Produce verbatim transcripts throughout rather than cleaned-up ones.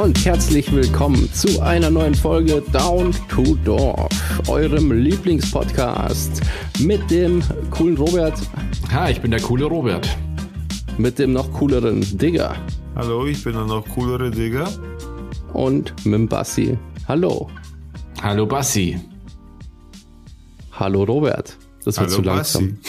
und herzlich willkommen zu einer neuen Folge Down to Dorf, eurem Lieblingspodcast mit dem coolen Robert. Ha, ich bin der coole Robert. Mit dem noch cooleren Digger. Hallo, ich bin der noch coolere Digger. Und mit dem Bassi. Hallo. Hallo Bassi. Hallo Robert. Das wird Hallo zu langsam.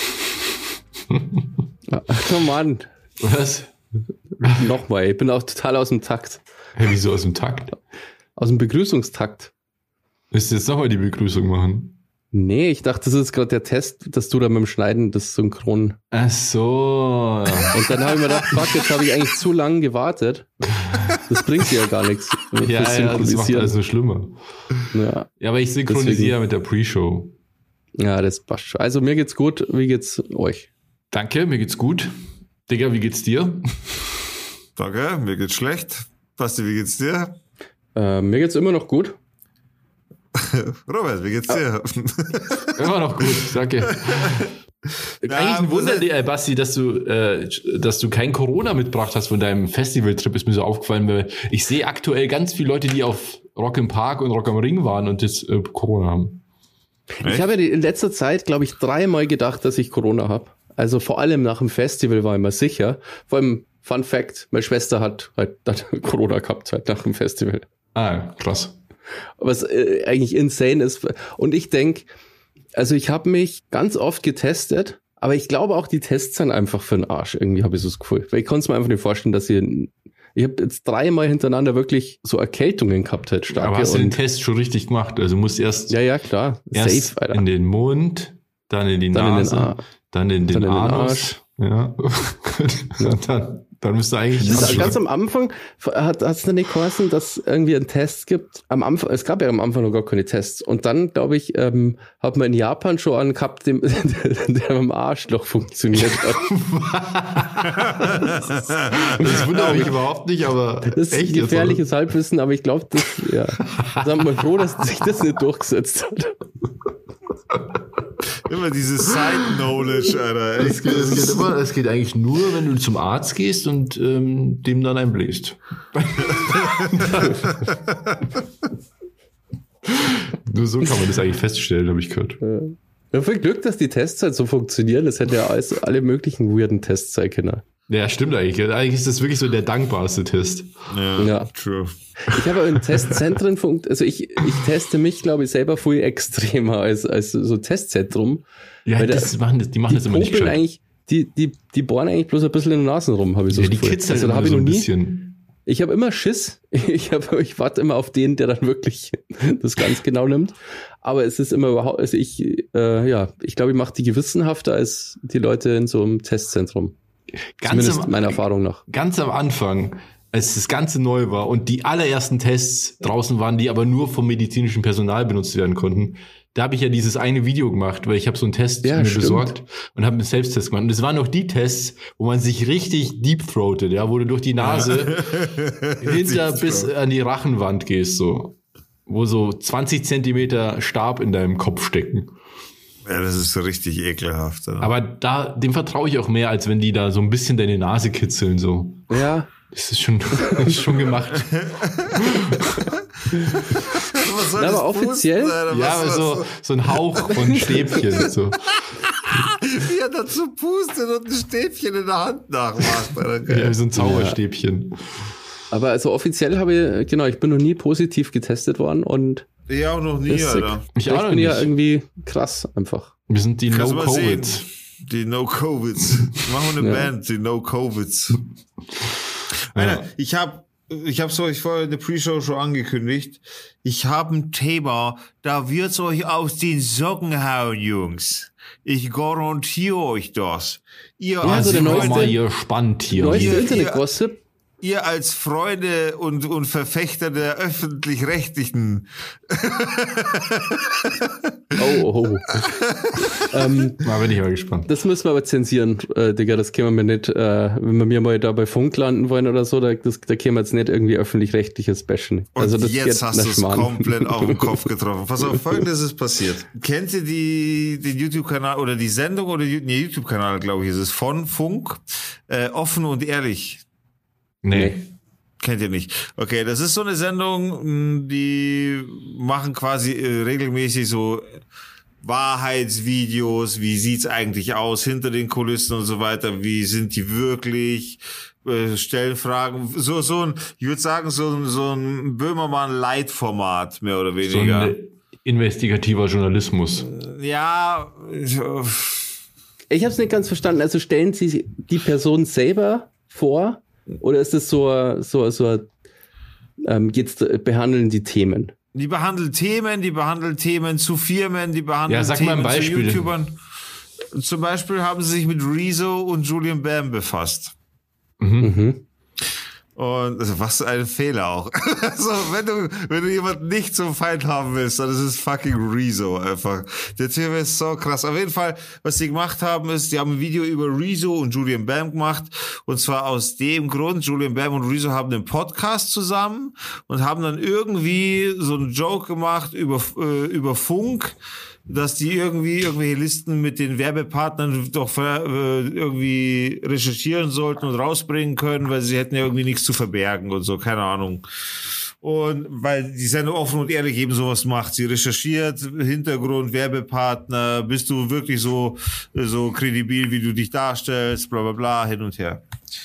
Oh Mann. Was? Nochmal, ich bin auch total aus dem Takt. Hey, wieso aus dem Takt? Aus dem Begrüßungstakt. Willst du jetzt nochmal die Begrüßung machen? Nee, ich dachte, das ist gerade der Test, dass du da mit dem Schneiden das synchron... Ach so. Und dann habe ich mir gedacht, fuck, jetzt habe ich eigentlich zu lange gewartet. Das bringt dir ja gar nichts. Ja, ja, das macht alles so schlimmer. Ja, ja, aber ich synchronisiere ja mit der Pre-Show. Ja, das passt schon. Also mir geht's gut. Wie geht's euch? Danke, mir geht's gut. Digga, wie geht's dir? Danke, mir geht's schlecht. Basti, wie geht's dir? Äh, mir geht's immer noch gut. Robert, wie geht's dir? Immer noch gut, danke. Ja, Eigentlich ein muss Wunder, ich- äh, Basti, dass du, äh, dass du kein Corona mitgebracht hast von deinem Festivaltrip, ist mir so aufgefallen, weil ich sehe aktuell ganz viele Leute, die auf Rock im Park und Rock am Ring waren und jetzt äh, Corona haben. Ich habe ja in letzter Zeit, glaube ich, dreimal gedacht, dass ich Corona habe. Also vor allem nach dem Festival war ich mir sicher. Vor allem, Fun Fact, meine Schwester hat halt hat Corona gehabt, halt nach dem Festival. Ah, krass. Was äh, eigentlich insane ist. Und ich denke, also ich habe mich ganz oft getestet, aber ich glaube auch, die Tests sind einfach für den Arsch. Irgendwie habe ich so das Gefühl. Weil ich konnte es mir einfach nicht vorstellen, dass ihr... Ich habe jetzt dreimal hintereinander wirklich so Erkältungen gehabt, halt starke. Aber hast du den und, Test schon richtig gemacht? Also musst erst, ja, ja, klar. erst Safe, Alter. in den Mund, dann in die Dann in den Nase, Ar- dann in den dann in den Anus. Arsch. Ja. Und dann, dann müsste eigentlich... Das ist ganz am Anfang hat es dann nicht geheißen, dass es irgendwie einen Test gibt. Am Anfang, es gab ja am Anfang noch gar keine Tests. Und dann, glaube ich, ähm, hat man in Japan schon einen gehabt, dem, der am Arschloch funktioniert hat. Das wundert mich überhaupt nicht, aber Das ist echt jetzt, gefährliches Halbwissen, aber ich glaube, das, ja. Sagen wir mal froh, dass sich das nicht durchgesetzt hat. Immer dieses Side-Knowledge, Alter. Es geht, es, geht immer, es geht eigentlich nur, wenn du zum Arzt gehst und ähm, dem dann einbläst. Nur so kann man das eigentlich feststellen, habe ich gehört. Ja, viel Glück, dass die Tests halt so funktionieren. Das hätte ja alles, alle möglichen weirden Tests sein können. Ja, stimmt eigentlich. Eigentlich ist das wirklich so der dankbarste Test. Ja, Ja. true. Ich habe in Testzentren, funkt, also ich, ich teste mich, glaube ich, selber viel extremer als, als so Testzentrum. Ja, Weil das der- machen, das, die machen das immer nicht popeln gescheit. eigentlich, die, die, die bohren eigentlich bloß ein bisschen in den Nasen rum, habe ich so Ja, das die Gefühl. kitzeln Also da immer habe ich so noch ein nie, bisschen. ich habe immer Schiss. Ich, hab, ich warte immer auf den, der dann wirklich das ganz genau nimmt. Aber es ist immer überhaupt, also ich, äh, ja, ich glaube, ich mache die gewissenhafter als die Leute in so einem Testzentrum. Ganz Zumindest am, meiner Erfahrung nach. ganz am Anfang, als das Ganze neu war und die allerersten Tests draußen waren, die aber nur vom medizinischen Personal benutzt werden konnten, da habe ich ja dieses eine Video gemacht, weil ich habe so einen Test Ja, mir stimmt. besorgt und habe einen Selbsttest gemacht. Und das waren noch die Tests, wo man sich richtig deep-throatet, ja, wo du durch die Nase hinter bis an die Rachenwand gehst, so. Wo so zwanzig Zentimeter Stab in deinem Kopf stecken. Ja, das ist so richtig ekelhaft. Oder? Aber da, dem vertraue ich auch mehr, als wenn die da so ein bisschen deine Nase kitzeln, so. Ja, Das ist schon, das ist schon gemacht. Was soll Na, das aber offiziell? pusten, Alter? Ja, Was- aber was- so, so ein Hauch von Stäbchen, so. Wie er dazu pustet und ein Stäbchen in der Hand nachmacht. Alter. Ja, so ein Zauberstäbchen. aber also offiziell habe ich, genau, ich bin noch nie positiv getestet worden und Ja, auch noch nie, das ist sick. Alter. Ich auch noch bin ja nicht. irgendwie krass einfach. Wir sind die Kannst du mal No-Covid. sehen. Die No-Covids. Machen wir eine Ja. Band, die No-Covids. Alter, ich habe ich hab's euch vorher in der Pre-Show schon angekündigt. Ich habe ein Thema, da wird's euch aus den Socken hauen, Jungs. Ich garantiere euch das. Ihr Ja, als so der Also neueste- mal ihr spannend hier. Neueste Ihr- Internet-Gossip. ihr als Freunde und, und Verfechter der öffentlich-rechtlichen. Oh, oh, oh. ähm, Da bin ich mal gespannt. das müssen wir aber zensieren, äh, Digga, das können wir mir nicht, äh, wenn wir mir mal da bei Funk landen wollen oder so, da, das, da können wir jetzt nicht irgendwie öffentlich-rechtliches bashen. Und Also das jetzt geht hast nach du es Schmarrn. komplett auf den Kopf getroffen. Pass auf, Folgendes ist passiert. Kennt ihr die, den YouTube-Kanal oder die Sendung oder die, nee, YouTube-Kanal, glaube ich, ist es, von Funk, äh, offen und ehrlich? Nee. Kennt ihr nicht. Okay, das ist so eine Sendung, die machen quasi äh, regelmäßig so Wahrheitsvideos, wie sieht's eigentlich aus hinter den Kulissen und so weiter, wie sind die wirklich, äh, stellen Fragen, so, so ein, ich würde sagen, so, so ein Böhmermann-Light-Format, mehr oder weniger. So ein investigativer Journalismus. Ja, ich habe es nicht ganz verstanden, also stellen Sie die Person selber vor, oder ist es so, so, so, ähm, jetzt behandeln die Themen? Die behandeln Themen, die behandeln Themen zu Firmen, die behandeln ja, sag Themen mal ein zu Beispiel. YouTubern. Zum Beispiel haben sie sich mit Rezo und Julian Bam befasst. Mhm. Mhm. Und also was ein Fehler auch. Also wenn du wenn du jemanden nicht zum Feind haben willst, dann ist es fucking Rezo einfach. Der Typ ist so krass. Auf jeden Fall, was die gemacht haben, ist, die haben ein Video über Rezo und Julian Bam gemacht. Und zwar aus dem Grund, Julian Bam und Rezo haben einen Podcast zusammen und haben dann irgendwie so einen Joke gemacht über äh, über Funk, dass die irgendwie irgendwelche Listen mit den Werbepartnern doch äh, irgendwie recherchieren sollten und rausbringen können, weil sie hätten ja irgendwie nichts zu verbergen und so, keine Ahnung. Und weil die Sendung offen und ehrlich eben sowas macht. Sie recherchiert Hintergrund, Werbepartner, bist du wirklich so so kredibil, wie du dich darstellst, bla bla bla, hin und her.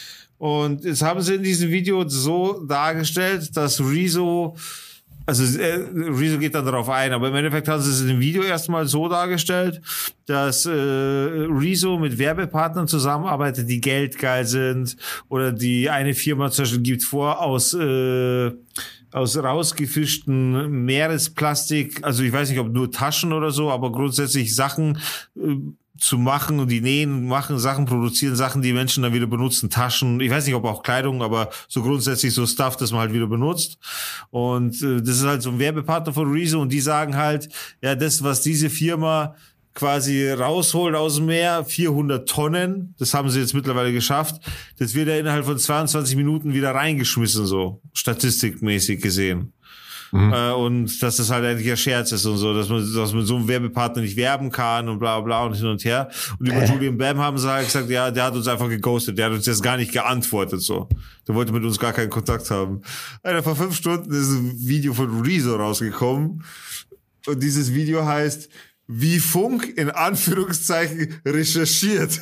Und jetzt haben sie in diesem Video so dargestellt, dass Rezo Also äh, Rezo geht dann darauf ein, aber im Endeffekt haben sie es in dem Video erstmal so dargestellt, dass äh, Rezo mit Werbepartnern zusammenarbeitet, die geldgeil sind, oder die eine Firma zum Beispiel gibt vor, aus äh, aus rausgefischten Meeresplastik, also ich weiß nicht, ob nur Taschen oder so, aber grundsätzlich Sachen äh, zu machen, und die nähen, machen Sachen, produzieren Sachen, die Menschen dann wieder benutzen, Taschen, ich weiß nicht, ob auch Kleidung, aber so grundsätzlich so Stuff, das man halt wieder benutzt. Und äh, das ist halt so ein Werbepartner von Rezo, und die sagen halt, ja, das, was diese Firma quasi rausholt aus dem Meer, vierhundert Tonnen, das haben sie jetzt mittlerweile geschafft, das wird ja innerhalb von zweiundzwanzig Minuten wieder reingeschmissen, so statistikmäßig gesehen. Mhm. Äh, und dass das halt eigentlich ein Scherz ist und so, dass man, dass man so einem Werbepartner nicht werben kann und bla bla und hin und her. Und über äh. Julian Bam haben sie halt gesagt, ja, der hat uns einfach geghostet, der hat uns jetzt gar nicht geantwortet, so. Der wollte mit uns gar keinen Kontakt haben. Alter, vor fünf Stunden ist ein Video von Rezo rausgekommen, und dieses Video heißt, wie Funk in Anführungszeichen recherchiert.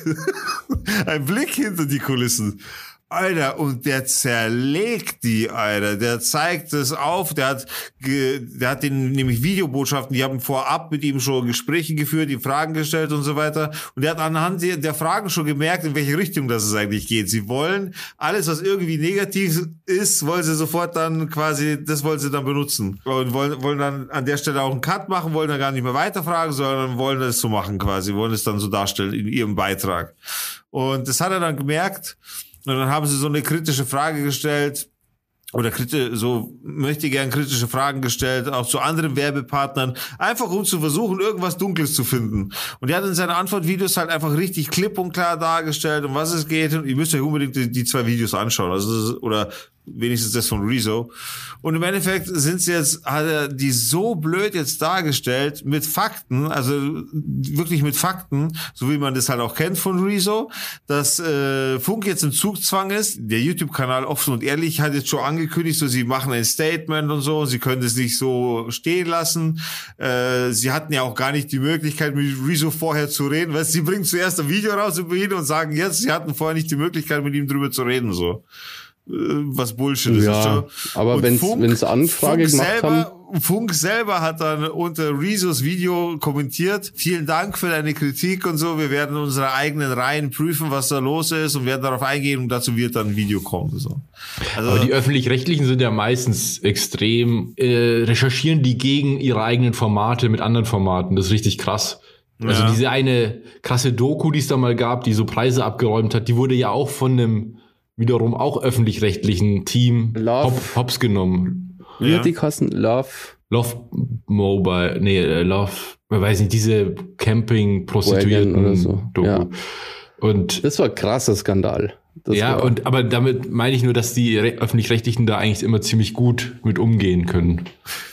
Ein Blick hinter die Kulissen. Alter, und der zerlegt die, Alter. Der zeigt es auf. Der hat, ge, der hat den nämlich Videobotschaften, die haben vorab mit ihm schon Gespräche geführt, die Fragen gestellt und so weiter. Und der hat anhand der Fragen schon gemerkt, in welche Richtung das es eigentlich geht. Sie wollen alles, was irgendwie negativ ist, wollen sie sofort dann quasi, das wollen sie dann benutzen. Und wollen, wollen dann an der Stelle auch einen Cut machen, wollen dann gar nicht mehr weiterfragen, sondern wollen das so machen quasi, wollen es dann so darstellen in ihrem Beitrag. Und das hat er dann gemerkt. Und dann haben sie so eine kritische Frage gestellt, oder kriti- so möchte gern kritische Fragen gestellt, auch zu anderen Werbepartnern, einfach um zu versuchen, irgendwas Dunkles zu finden. Und er hat in seinen Antwortvideos halt einfach richtig klipp und klar dargestellt, um was es geht. Und ihr müsst euch unbedingt die, die zwei Videos anschauen, also oder wenigstens das von Rezo. Und im Endeffekt sind sie jetzt, hat er die so blöd jetzt dargestellt, mit Fakten, also wirklich mit Fakten, so wie man das halt auch kennt von Rezo, dass äh, Funk jetzt im Zugzwang ist. Der YouTube-Kanal Offen und Ehrlich hat jetzt schon angekündigt, so sie machen ein Statement und so, sie können das nicht so stehen lassen. Äh, sie hatten ja auch gar nicht die Möglichkeit, mit Rezo vorher zu reden, weil sie bringen zuerst ein Video raus über ihn und sagen jetzt, sie hatten vorher nicht die Möglichkeit, mit ihm drüber zu reden, so. Was Bullshit ist. Ja, aber wenn es Anfrage Funk gemacht selber, haben. Funk selber hat dann unter Rezos Video kommentiert, vielen Dank für deine Kritik und so, wir werden unsere eigenen Reihen prüfen, was da los ist, und werden darauf eingehen, und dazu wird dann ein Video kommen. So. Also, aber die Öffentlich-Rechtlichen sind ja meistens extrem, äh, recherchieren die gegen ihre eigenen Formate mit anderen Formaten, das ist richtig krass. Also ja. Diese eine krasse Doku, die es da mal gab, die so Preise abgeräumt hat, die wurde ja auch von einem wiederum auch öffentlich-rechtlichen Team hop, hops genommen. Wie ja. die Kassen? Love. Love Mobile, nee, Love, ich weiß nicht, diese Camping-Prostituierten oder so. Doku. Ja. Und das war ein krasser Skandal. Das ja, war und aber damit meine ich nur, dass die Re- öffentlich-rechtlichen da eigentlich immer ziemlich gut mit umgehen können.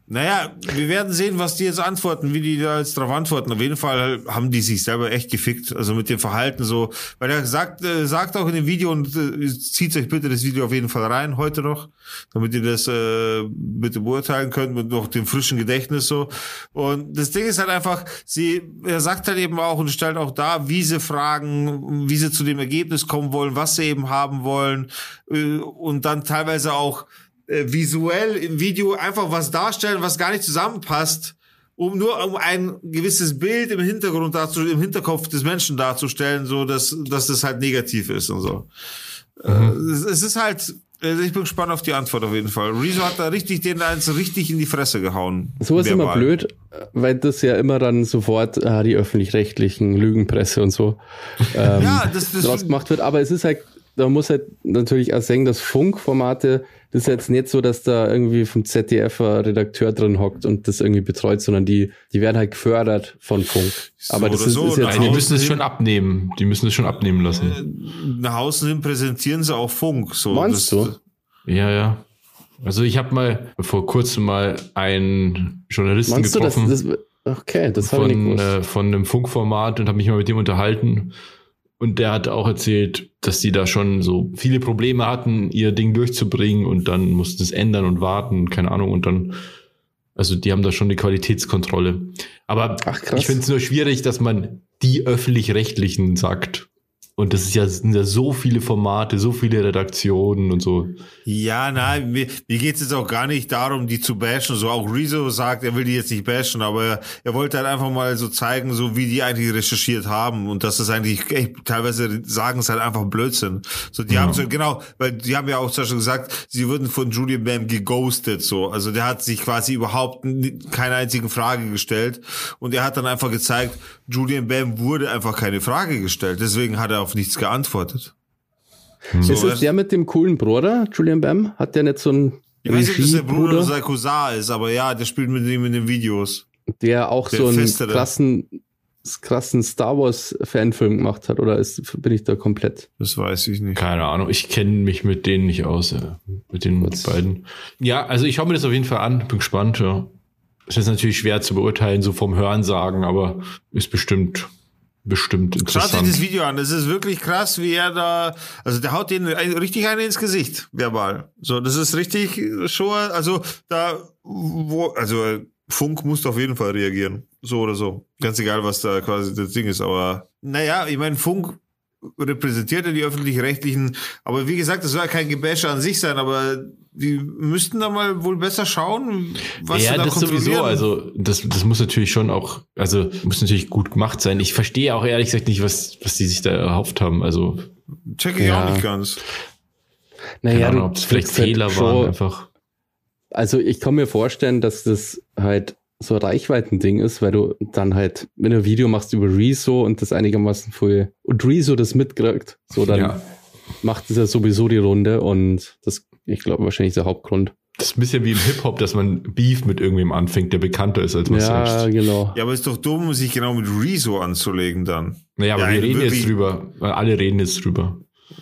Naja, wir werden sehen, was die jetzt antworten, wie die da jetzt drauf antworten. Auf jeden Fall haben die sich selber echt gefickt, also mit dem Verhalten so, weil er sagt, äh, sagt auch in dem Video, und äh, zieht euch bitte das Video auf jeden Fall rein, heute noch, damit ihr das äh, bitte beurteilen könnt, mit noch dem frischen Gedächtnis so. Und das Ding ist halt einfach, sie, er sagt halt eben auch und stellt auch dar, wie sie fragen, wie sie zu dem Ergebnis kommen wollen, was sie eben haben wollen, äh, und dann teilweise auch Äh, visuell im Video einfach was darstellen, was gar nicht zusammenpasst, um nur um ein gewisses Bild im Hintergrund dazu, im Hinterkopf des Menschen darzustellen, so dass dass das halt negativ ist und so. Mhm. Äh, es, es ist halt, also ich bin gespannt auf die Antwort auf jeden Fall. Rezo hat da richtig den eins richtig in die Fresse gehauen. So ist immer blöd, weil das ja immer dann sofort ah, die öffentlich-rechtlichen Lügenpresse und so ähm, ja, das, das draus gemacht wird. Aber es ist halt, da muss halt natürlich auch sagen, dass Funkformate, das ist jetzt nicht so, dass da irgendwie vom Z D F ein Redakteur drin hockt und das irgendwie betreut, sondern die, die werden halt gefördert von Funk. So aber das ist, so, ist jetzt Nein, die müssen es schon abnehmen. Die müssen es schon abnehmen lassen. Nach außen hin präsentieren sie auch Funk. So. Meinst das, du? Ja, ja. Also ich habe mal vor kurzem mal einen Journalisten Meinst getroffen. Du, das, das, okay, das habe ich nicht gewusst. Äh, von einem Funkformat und habe mich mal mit dem unterhalten. Und der hat auch erzählt, dass die da schon so viele Probleme hatten, ihr Ding durchzubringen und dann mussten es ändern und warten, keine Ahnung. Und dann, also die haben da schon eine Qualitätskontrolle. Aber Ach, krass. Ich finde es nur schwierig, dass man die Öffentlich-Rechtlichen sagt. Und das ist ja, sind ja so viele Formate, so viele Redaktionen und so. Ja, nein, mir, mir geht es jetzt auch gar nicht darum, die zu bashen. So auch Rezo sagt, er will die jetzt nicht bashen, aber er, er wollte halt einfach mal so zeigen, so wie die eigentlich recherchiert haben und dass das eigentlich echt, teilweise sagen es halt einfach Blödsinn. So, die ja. haben so, genau, weil die haben ja auch zum Beispiel gesagt, sie würden von Julian Bam geghostet, so. Also der hat sich quasi überhaupt keine einzige Frage gestellt und er hat dann einfach gezeigt, Julian Bam wurde einfach keine Frage gestellt. Deswegen hat er auf nichts geantwortet. Hm. So, ist es der mit dem coolen Bruder, Julian Bam? Hat der nicht so einen Ich weiß nicht, ob das der Bruder oder sein Cousin ist, aber ja, der spielt mit ihm in den Videos. Der auch der so einen festere. krassen, krassen Star Wars Fanfilm gemacht hat, oder ist, bin ich da komplett? Das weiß ich nicht. Keine Ahnung, ich kenne mich mit denen nicht aus, ja. mit den Was? beiden. Ja, also ich schaue mir das auf jeden Fall an, bin gespannt, ja. Es ist natürlich schwer zu beurteilen, so vom Hörensagen, aber ist bestimmt bestimmt interessant. Schaut euch das Video an, das ist wirklich krass, wie er da, also der haut den richtig eine ins Gesicht, verbal. So, das ist richtig schon, also da, wo, also Funk muss auf jeden Fall reagieren, so oder so. Ganz egal, was da quasi das Ding ist, aber naja, ich meine, Funk repräsentiert ja die Öffentlich-Rechtlichen, aber wie gesagt, das soll ja kein Gebäsche an sich sein, aber die müssten da mal wohl besser schauen, was ja, sie da das sowieso, also das, das muss natürlich schon auch, also muss natürlich gut gemacht sein. Ich verstehe auch ehrlich gesagt nicht, was, was die sich da erhofft haben, also. Check ich ja. auch nicht ganz. Naja, Ahnung, ob es vielleicht Fehler halt waren einfach. Also ich kann mir vorstellen, dass das halt so ein Reichweitending ist, weil du dann halt, wenn du ein Video machst über Rezo und das einigermaßen voll und Rezo das mitkriegt, so dann ja. macht es ja sowieso die Runde und das, ich glaube, wahrscheinlich der Hauptgrund. Das ist ein bisschen wie im Hip-Hop, dass man Beef mit irgendwem anfängt, der bekannter ist als man ja, selbst. Ja, genau. Ja, aber ist doch dumm, sich genau mit Rezo anzulegen dann. Naja, aber ja, wir reden jetzt drüber. Alle reden jetzt drüber.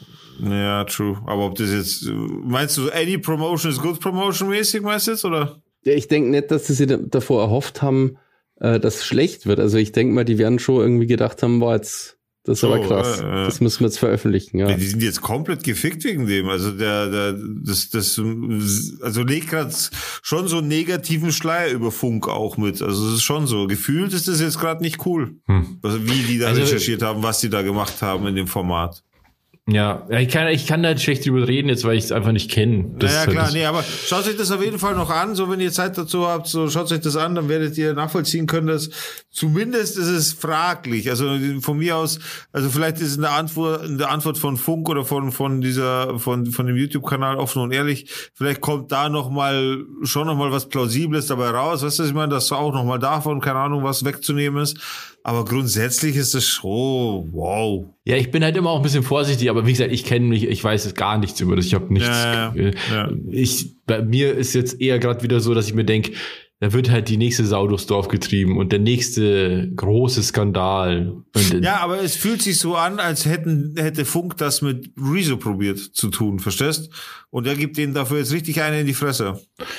Ja, true. Aber ob das jetzt, meinst du, any promotion is good promotion mäßig, meinst du jetzt, oder? Ja, ich denke nicht, dass sie davor erhofft haben, äh, dass es schlecht wird. Also ich denke mal, die werden schon irgendwie gedacht haben, boah, jetzt, das ist so, aber krass. Äh, äh. Das müssen wir jetzt veröffentlichen, ja. ja. Die sind jetzt komplett gefickt wegen dem. Also der, der, das, das, also legt gerade schon so einen negativen Schleier über Funk auch mit. Also es ist schon so. Gefühlt ist das jetzt gerade nicht cool. Hm. Also wie die da also, recherchiert haben, was die da gemacht haben in dem Format. Ja, ich kann, ich kann da nicht schlecht drüber reden jetzt, weil ich es einfach nicht kenne. Naja, klar, nee, aber schaut euch das auf jeden Fall noch an, so wenn ihr Zeit dazu habt, so schaut euch das an, dann werdet ihr nachvollziehen können, dass zumindest ist es fraglich, also von mir aus, also vielleicht ist eine Antwort, eine Antwort von Funk oder von, von dieser, von, von dem YouTube-Kanal offen und ehrlich, vielleicht kommt da noch mal, schon noch mal was Plausibles dabei raus, weißt du, ich meine, dass auch noch mal davon, keine Ahnung, was wegzunehmen ist. Aber grundsätzlich ist es schon, wow. Ja, ich bin halt immer auch ein bisschen vorsichtig, aber wie gesagt, ich kenne mich, ich weiß gar nichts über das, ich habe nichts. Ja, ja, ja. Ich, bei mir ist jetzt eher gerade wieder so, dass ich mir denke, da wird halt die nächste Sau durchs Dorf getrieben und der nächste große Skandal. Und ja, aber es fühlt sich so an, als hätten, hätte Funk das mit Rezo probiert zu tun, verstehst? Und er gibt denen dafür jetzt richtig eine in die Fresse.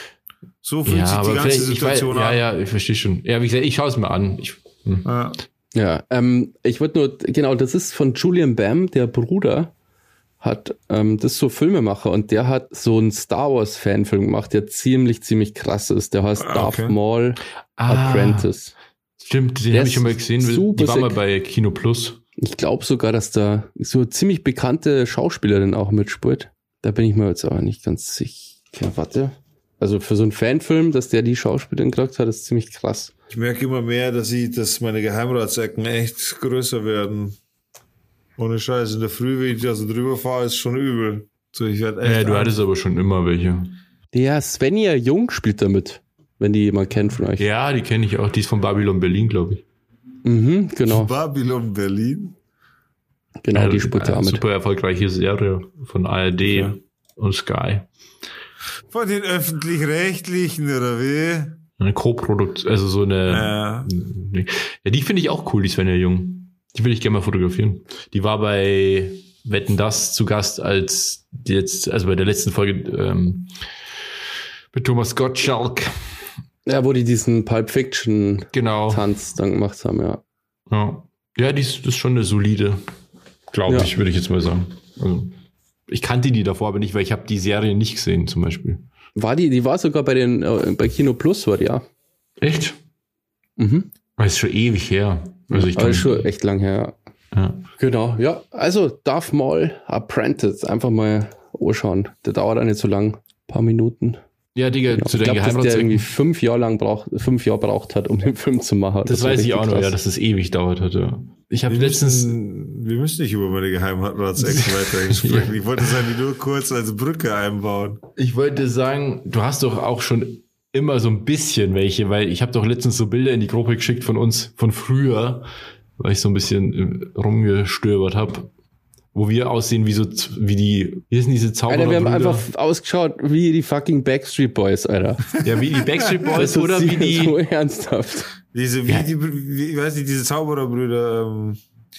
So fühlt ja, sich die aber ganze ich Situation weiß, an. Ja, ja, ich verstehe schon. Ja, wie gesagt, ich schaue es mir an. Ich, hm. Ja. Ja, ähm, ich würde nur, genau, das ist von Julian Bam, der Bruder, hat, ähm, das ist so Filmemacher und der hat so einen Star Wars Fanfilm gemacht, der ziemlich, ziemlich krass ist. Der heißt Ah, Darth okay. Maul Ah. Apprentice. Stimmt, den Der habe ich schon mal ist gesehen. super Die war mal sick. bei Kino Plus. Ich glaube sogar, dass da so ziemlich bekannte Schauspielerin auch mitspielt. Da bin ich mir jetzt aber nicht ganz sicher. Warte. Also für so einen Fanfilm, dass der die Schauspielerin gekriegt hat, ist ziemlich krass. Ich merke immer mehr, dass ich, dass meine Geheimratsecken echt größer werden. Ohne Scheiß. In der Früh, wenn ich da so drüber fahre, ist schon übel. So, ich werd echt Ja, du Angst. hattest aber schon immer welche. Der Svenja Jung spielt da mit, wenn die jemand kennt von euch. Ja, die kenne ich auch. Die ist von Babylon Berlin, glaube ich. Mhm, genau. Babylon Berlin. Genau, Ja, die spielt da eine mit. super erfolgreiche Serie von A R D Ja. und Sky. Von den Öffentlich-Rechtlichen, oder wie? Eine Co-Produkt, also so eine. Ja. Nee. Ja, die finde ich auch cool, die Svenja Jung. Die will ich gerne mal fotografieren. Die war bei Wetten, das zu Gast, als die jetzt, also bei der letzten Folge ähm, mit Thomas Gottschalk. Ja, wo die diesen Pulp Fiction Genau. Tanz dann gemacht haben, ja. Ja, ja die ist, das ist schon eine solide, glaube Ja. ich, würde ich jetzt mal sagen. Also, ich kannte die davor aber nicht, weil ich habe die Serie nicht gesehen, zum Beispiel. War die, die war sogar bei den, äh, bei Kino Plus, war die, ja. Echt? Mhm. Das ist schon ewig her. Also ich Aber kann, ist schon echt lang her, ja. ja. Genau, ja. Also Darth Maul Apprentice, einfach mal anschauen. Der dauert auch nicht so lang, paar Minuten. ja, Digga, Genau. zu Ich den glaube, dass der Geheimratsecken. irgendwie fünf Jahre lang braucht, fünf Jahre braucht hat, um den Film zu machen. Das war weiß ich richtig auch noch, krass. ja, dass das ewig dauert hat. Ja. Ich habe Wir letztens. müssen, wir müssen nicht über meine Geheimratsecken weiter sprechen. Ich wollte es eigentlich nur kurz als Brücke einbauen. Ich wollte sagen, du hast doch auch schon immer so ein bisschen welche, weil ich habe doch letztens so Bilder in die Gruppe geschickt von uns, von früher, weil ich so ein bisschen äh, rumgestöbert habe, wo wir aussehen wie so, z- wie die, wie sind diese Zauberer? Alter, wir haben einfach ausgeschaut wie die fucking Backstreet Boys, Alter. ja, wie die Backstreet Boys Das ist oder wie die, so ernsthaft. Diese, wie Ja. die, wie, ich weiß nicht, diese Zaubererbrüder, ähm,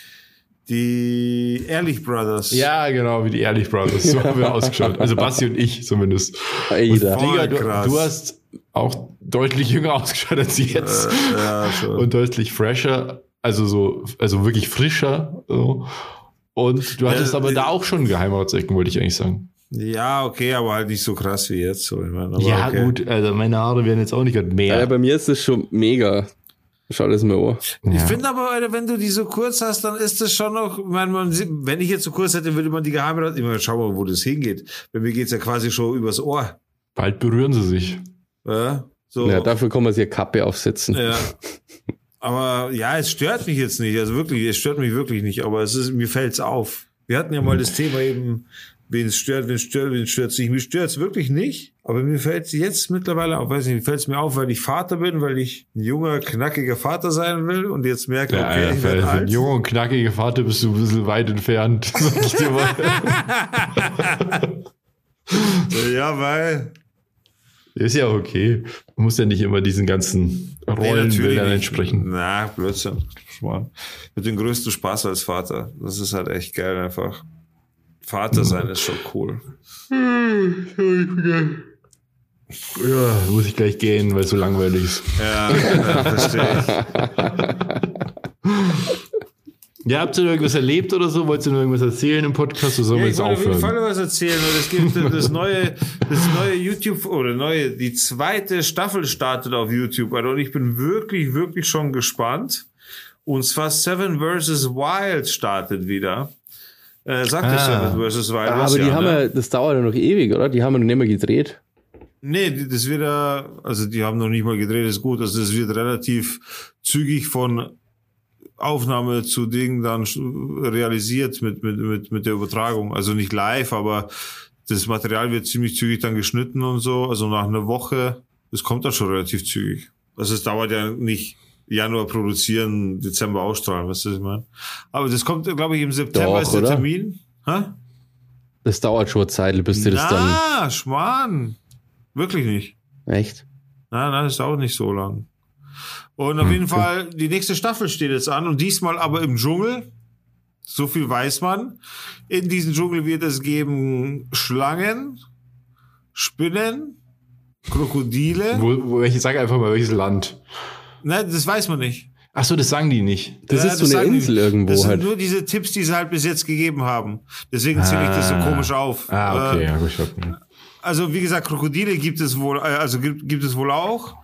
die Ehrlich Brothers. ja, genau, wie die Ehrlich Brothers. So haben wir ausgeschaut. Also Basti und ich zumindest. Alter. Voll Digga, du, krass. du hast auch deutlich jünger ausgeschaut als jetzt. Äh, ja, schon. Und deutlich fresher, also so, also wirklich frischer. So. Und du hattest Ja, aber äh, da auch schon Geheimratsecken, wollte ich eigentlich sagen. Ja, okay, aber halt nicht so krass wie jetzt. So, ich meine, aber Ja, okay. gut, also meine Haare werden jetzt auch nicht gerade mehr. Alter, bei mir ist das schon mega. Schau das mir an. Ich Ja. finde aber, Alter, wenn du die so kurz hast, dann ist das schon noch, ich meine, man, sieht- wenn ich jetzt so kurz hätte, würde man die Geheimrat, ich meine, schau mal, wo das hingeht. Bei mir geht's ja quasi schon übers Ohr. Bald berühren sie sich. Ja, so. Ja, dafür kann man sich eine Kappe aufsetzen. Ja. Aber ja, es stört mich jetzt nicht. Also wirklich, es stört mich wirklich nicht. Aber es ist, mir fällt's auf. Wir hatten ja mal das Thema eben, wen es stört, wen es stört, wen es stört nicht. Mir stört's wirklich nicht. Aber mir fällt's jetzt mittlerweile auf. Weiß nicht, fällt's mir auf, weil ich Vater bin, weil ich ein junger, knackiger Vater sein will und jetzt merke, Ja, okay, Alter, ich für, werde für einen alt. jungen und knackigen Vater bist du ein bisschen weit entfernt, sag ich dir mal. Ja, weil. Ist ja auch okay. Man muss ja nicht immer diesen ganzen Rollenbildern entsprechen. Na, Blödsinn. Schmarrn. Mit dem größten Spaß als Vater. Das ist halt echt geil einfach. Vater sein ist schon cool. Ja, muss ich gleich gehen, weil es so langweilig ist. Ja, ja verstehe ich. Ja, habt ihr noch irgendwas erlebt oder so? Wollt ihr noch irgendwas erzählen im Podcast oder sollen wir Ja, ich jetzt wollte auf jeden aufhören? Fall was erzählen, weil es gibt das neue, das neue YouTube oder neue, die zweite Staffel startet auf YouTube, Alter, und ich bin wirklich, wirklich schon gespannt. Und zwar Seven versus. Wild startet wieder. Äh, sagt der Ah. Seven versus. Wild Ah, was, aber die ja, haben ne? ja, das dauert ja noch ewig, oder? Die haben ja noch nicht mehr gedreht. Nee, die- das wird ja, also die haben noch nicht mal gedreht, ist gut. Also das wird relativ zügig von Aufnahme zu Dingen dann sch- realisiert mit, mit, mit, mit der Übertragung. Also nicht live, aber das Material wird ziemlich zügig dann geschnitten und so. Also nach einer Woche, das kommt dann schon relativ zügig. Also es dauert ja nicht Januar produzieren, Dezember ausstrahlen, weißt du, was ich meine? Aber das kommt, glaube ich, im September Doch, ist der oder? Termin. Hä? Das dauert schon eine Zeit, bis die das dann. Na, Schmarrn. Wirklich nicht. Echt? Nein, nein, das dauert nicht so lang. Und auf jeden Fall, die nächste Staffel steht jetzt an und diesmal aber im Dschungel. So viel weiß man. In diesem Dschungel wird es geben Schlangen, Spinnen, Krokodile. Wo, wo, ich sage einfach mal, welches Land. Nein, das weiß man nicht. Ach so, das sagen die nicht. Das Ja, ist das so eine sagen Insel die. irgendwo Das sind halt. nur diese Tipps, die sie halt bis jetzt gegeben haben. Deswegen zähle ich das so komisch auf. Ah, okay, Äh, ja, gut, ich hab, Also wie gesagt, Krokodile gibt es wohl, also gibt, gibt es wohl auch.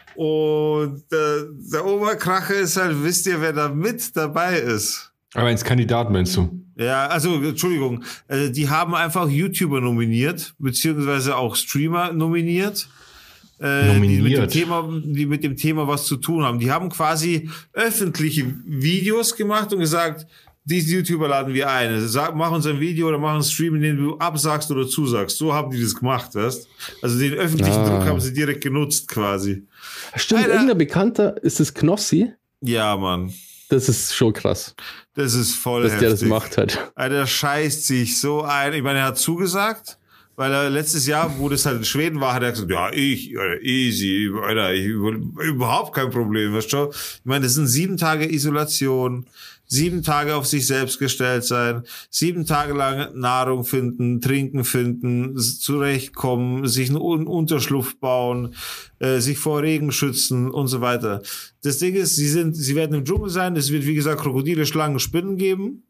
Und äh, der Oberkracher ist halt, wisst ihr, wer da mit dabei ist? Aber als Kandidat meinst du? Ja, also Entschuldigung, äh, die haben einfach YouTuber nominiert, beziehungsweise auch Streamer nominiert. Äh, die mit dem Nominiert? Thema, die mit dem Thema was zu tun haben. Die haben quasi öffentliche Videos gemacht und gesagt, diese YouTuber laden wir ein. Also sag, mach uns ein Video oder mach einen Stream, in dem du absagst oder zusagst. So haben die das gemacht, weißt? Also den öffentlichen Ah. Druck haben sie direkt genutzt, quasi. Stimmt, Alter. irgendein Bekannter, ist das Knossi? Ja, Mann. Das ist schon krass, Das ist voll dass heftig. der das macht halt. Alter, der scheißt sich so ein. Ich meine, er hat zugesagt, weil er letztes Jahr, wo das halt in Schweden war, hat er gesagt, ja, ich, Alter, easy, Alter, ich, überhaupt kein Problem, weißt du? Ich meine, das sind sieben Tage Isolation, sieben Tage auf sich selbst gestellt sein, sieben Tage lang Nahrung finden, Trinken finden, zurechtkommen, sich einen Unterschlupf bauen, äh, sich vor Regen schützen und so weiter. Das Ding ist, sie sind, sie werden im Dschungel sein, es wird, wie gesagt, Krokodile, Schlangen, Spinnen geben.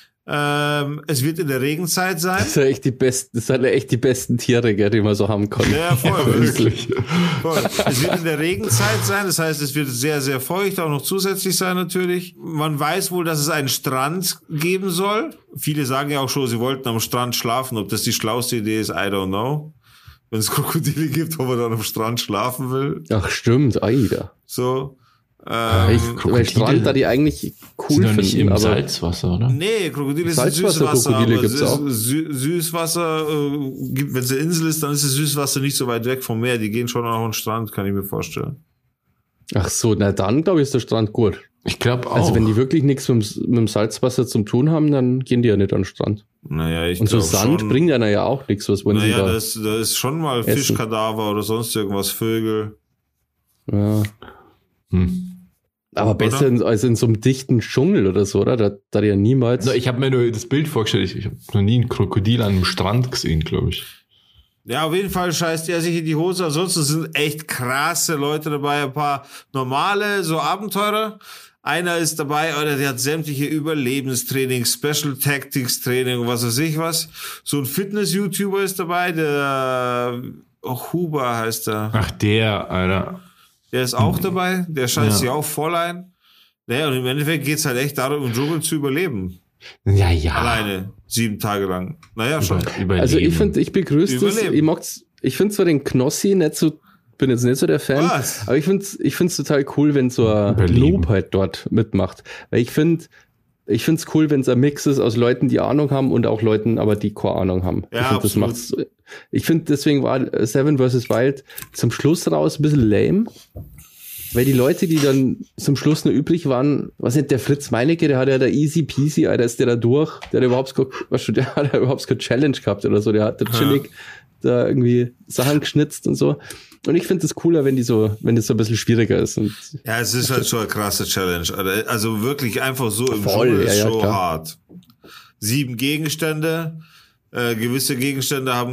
Ähm, es wird in der Regenzeit sein. Das sind echt die besten, das sind echt die besten Tiere, gell, die man so haben kann. Ja, voll, wirklich. Voll. Es wird in der Regenzeit sein, das heißt, es wird sehr, sehr feucht, auch noch zusätzlich sein natürlich. Man weiß wohl, dass es einen Strand geben soll. Viele sagen ja auch schon, sie wollten am Strand schlafen. Ob das die schlauste Idee ist, I don't know. Wenn es Krokodile gibt, ob man dann am Strand schlafen will. Ach stimmt, Alter. So. Ähm, Ich, Krokodile weil Strand da die eigentlich cool sind doch nicht finden, im aber Salzwasser, oder? Nee, Krokodile sind Salzwasser- Süßwasser, Krokodile aber gibt's auch. Sü Süßwasser, äh, gibt, wenn es eine Insel ist, dann ist das Süßwasser nicht so weit weg vom Meer. Die gehen schon auch an den Strand, kann ich mir vorstellen. ach so, na dann glaube ich ist der Strand gut. Ich glaube auch. Also wenn die wirklich nichts mit, dem- mit dem Salzwasser zum tun haben, dann gehen die ja nicht an den Strand. Naja, ich Und so glaub Sand schon, bringt ja ja auch nichts, was wollen sie Naja, da? da ist, da ist schon mal essen? Fischkadaver oder sonst irgendwas, Vögel. Ja. hm. Aber besser in, als in so einem dichten Dschungel oder so, oder? Da, da ja niemals. Also ich habe mir nur das Bild vorgestellt. Ich, ich habe noch nie ein Krokodil an einem Strand gesehen, glaube ich. Ja, auf jeden Fall scheißt er sich in die Hose. Ansonsten sind echt krasse Leute dabei. Ein paar normale, so Abenteurer. Einer ist dabei, oder der hat sämtliche Überlebenstraining, Special Tactics Training, was weiß ich was. So ein Fitness-YouTuber ist dabei, der oh, Huber heißt er. Ach, der, Alter. Der ist auch dabei, der scheißt Ja. sich auch voll ein. Naja, und im Endeffekt geht's halt echt darum, im Dschungel zu überleben. Ja, ja. Alleine, sieben Tage lang. Naja, schon. Über, überleben. also ich finde, ich begrüße das. Überleben. Ich mag's, ich finde zwar den Knossi nicht so, bin jetzt nicht so der Fan, Was? aber ich finde es ich find's total cool, wenn so ein Überleben. Noob halt dort mitmacht. Weil ich finde, ich finde es cool, wenn es ein Mix ist aus Leuten, die Ahnung haben und auch Leuten, aber die keine Ahnung haben. Ja, ich finde, das absolut. macht's. Ich finde, deswegen war Seven versus Wild zum Schluss raus ein bisschen lame. Weil die Leute, die dann zum Schluss nur übrig waren, was nicht, der Fritz Meinecke, der hat ja da easy peasy, Alter, ist der da durch, der hat überhaupt keine, was schon, der hat ja überhaupt keine Challenge gehabt oder so, der hat da chillig da irgendwie Sachen geschnitzt und so. Und ich finde es cooler, wenn die so, wenn das so ein bisschen schwieriger ist. Und Ja, es ist halt schon eine krasse Challenge. Alter. Also wirklich einfach so im Voll, Dschungel ist ja, ja, schon klar. hart. Sieben Gegenstände. Äh, gewisse Gegenstände haben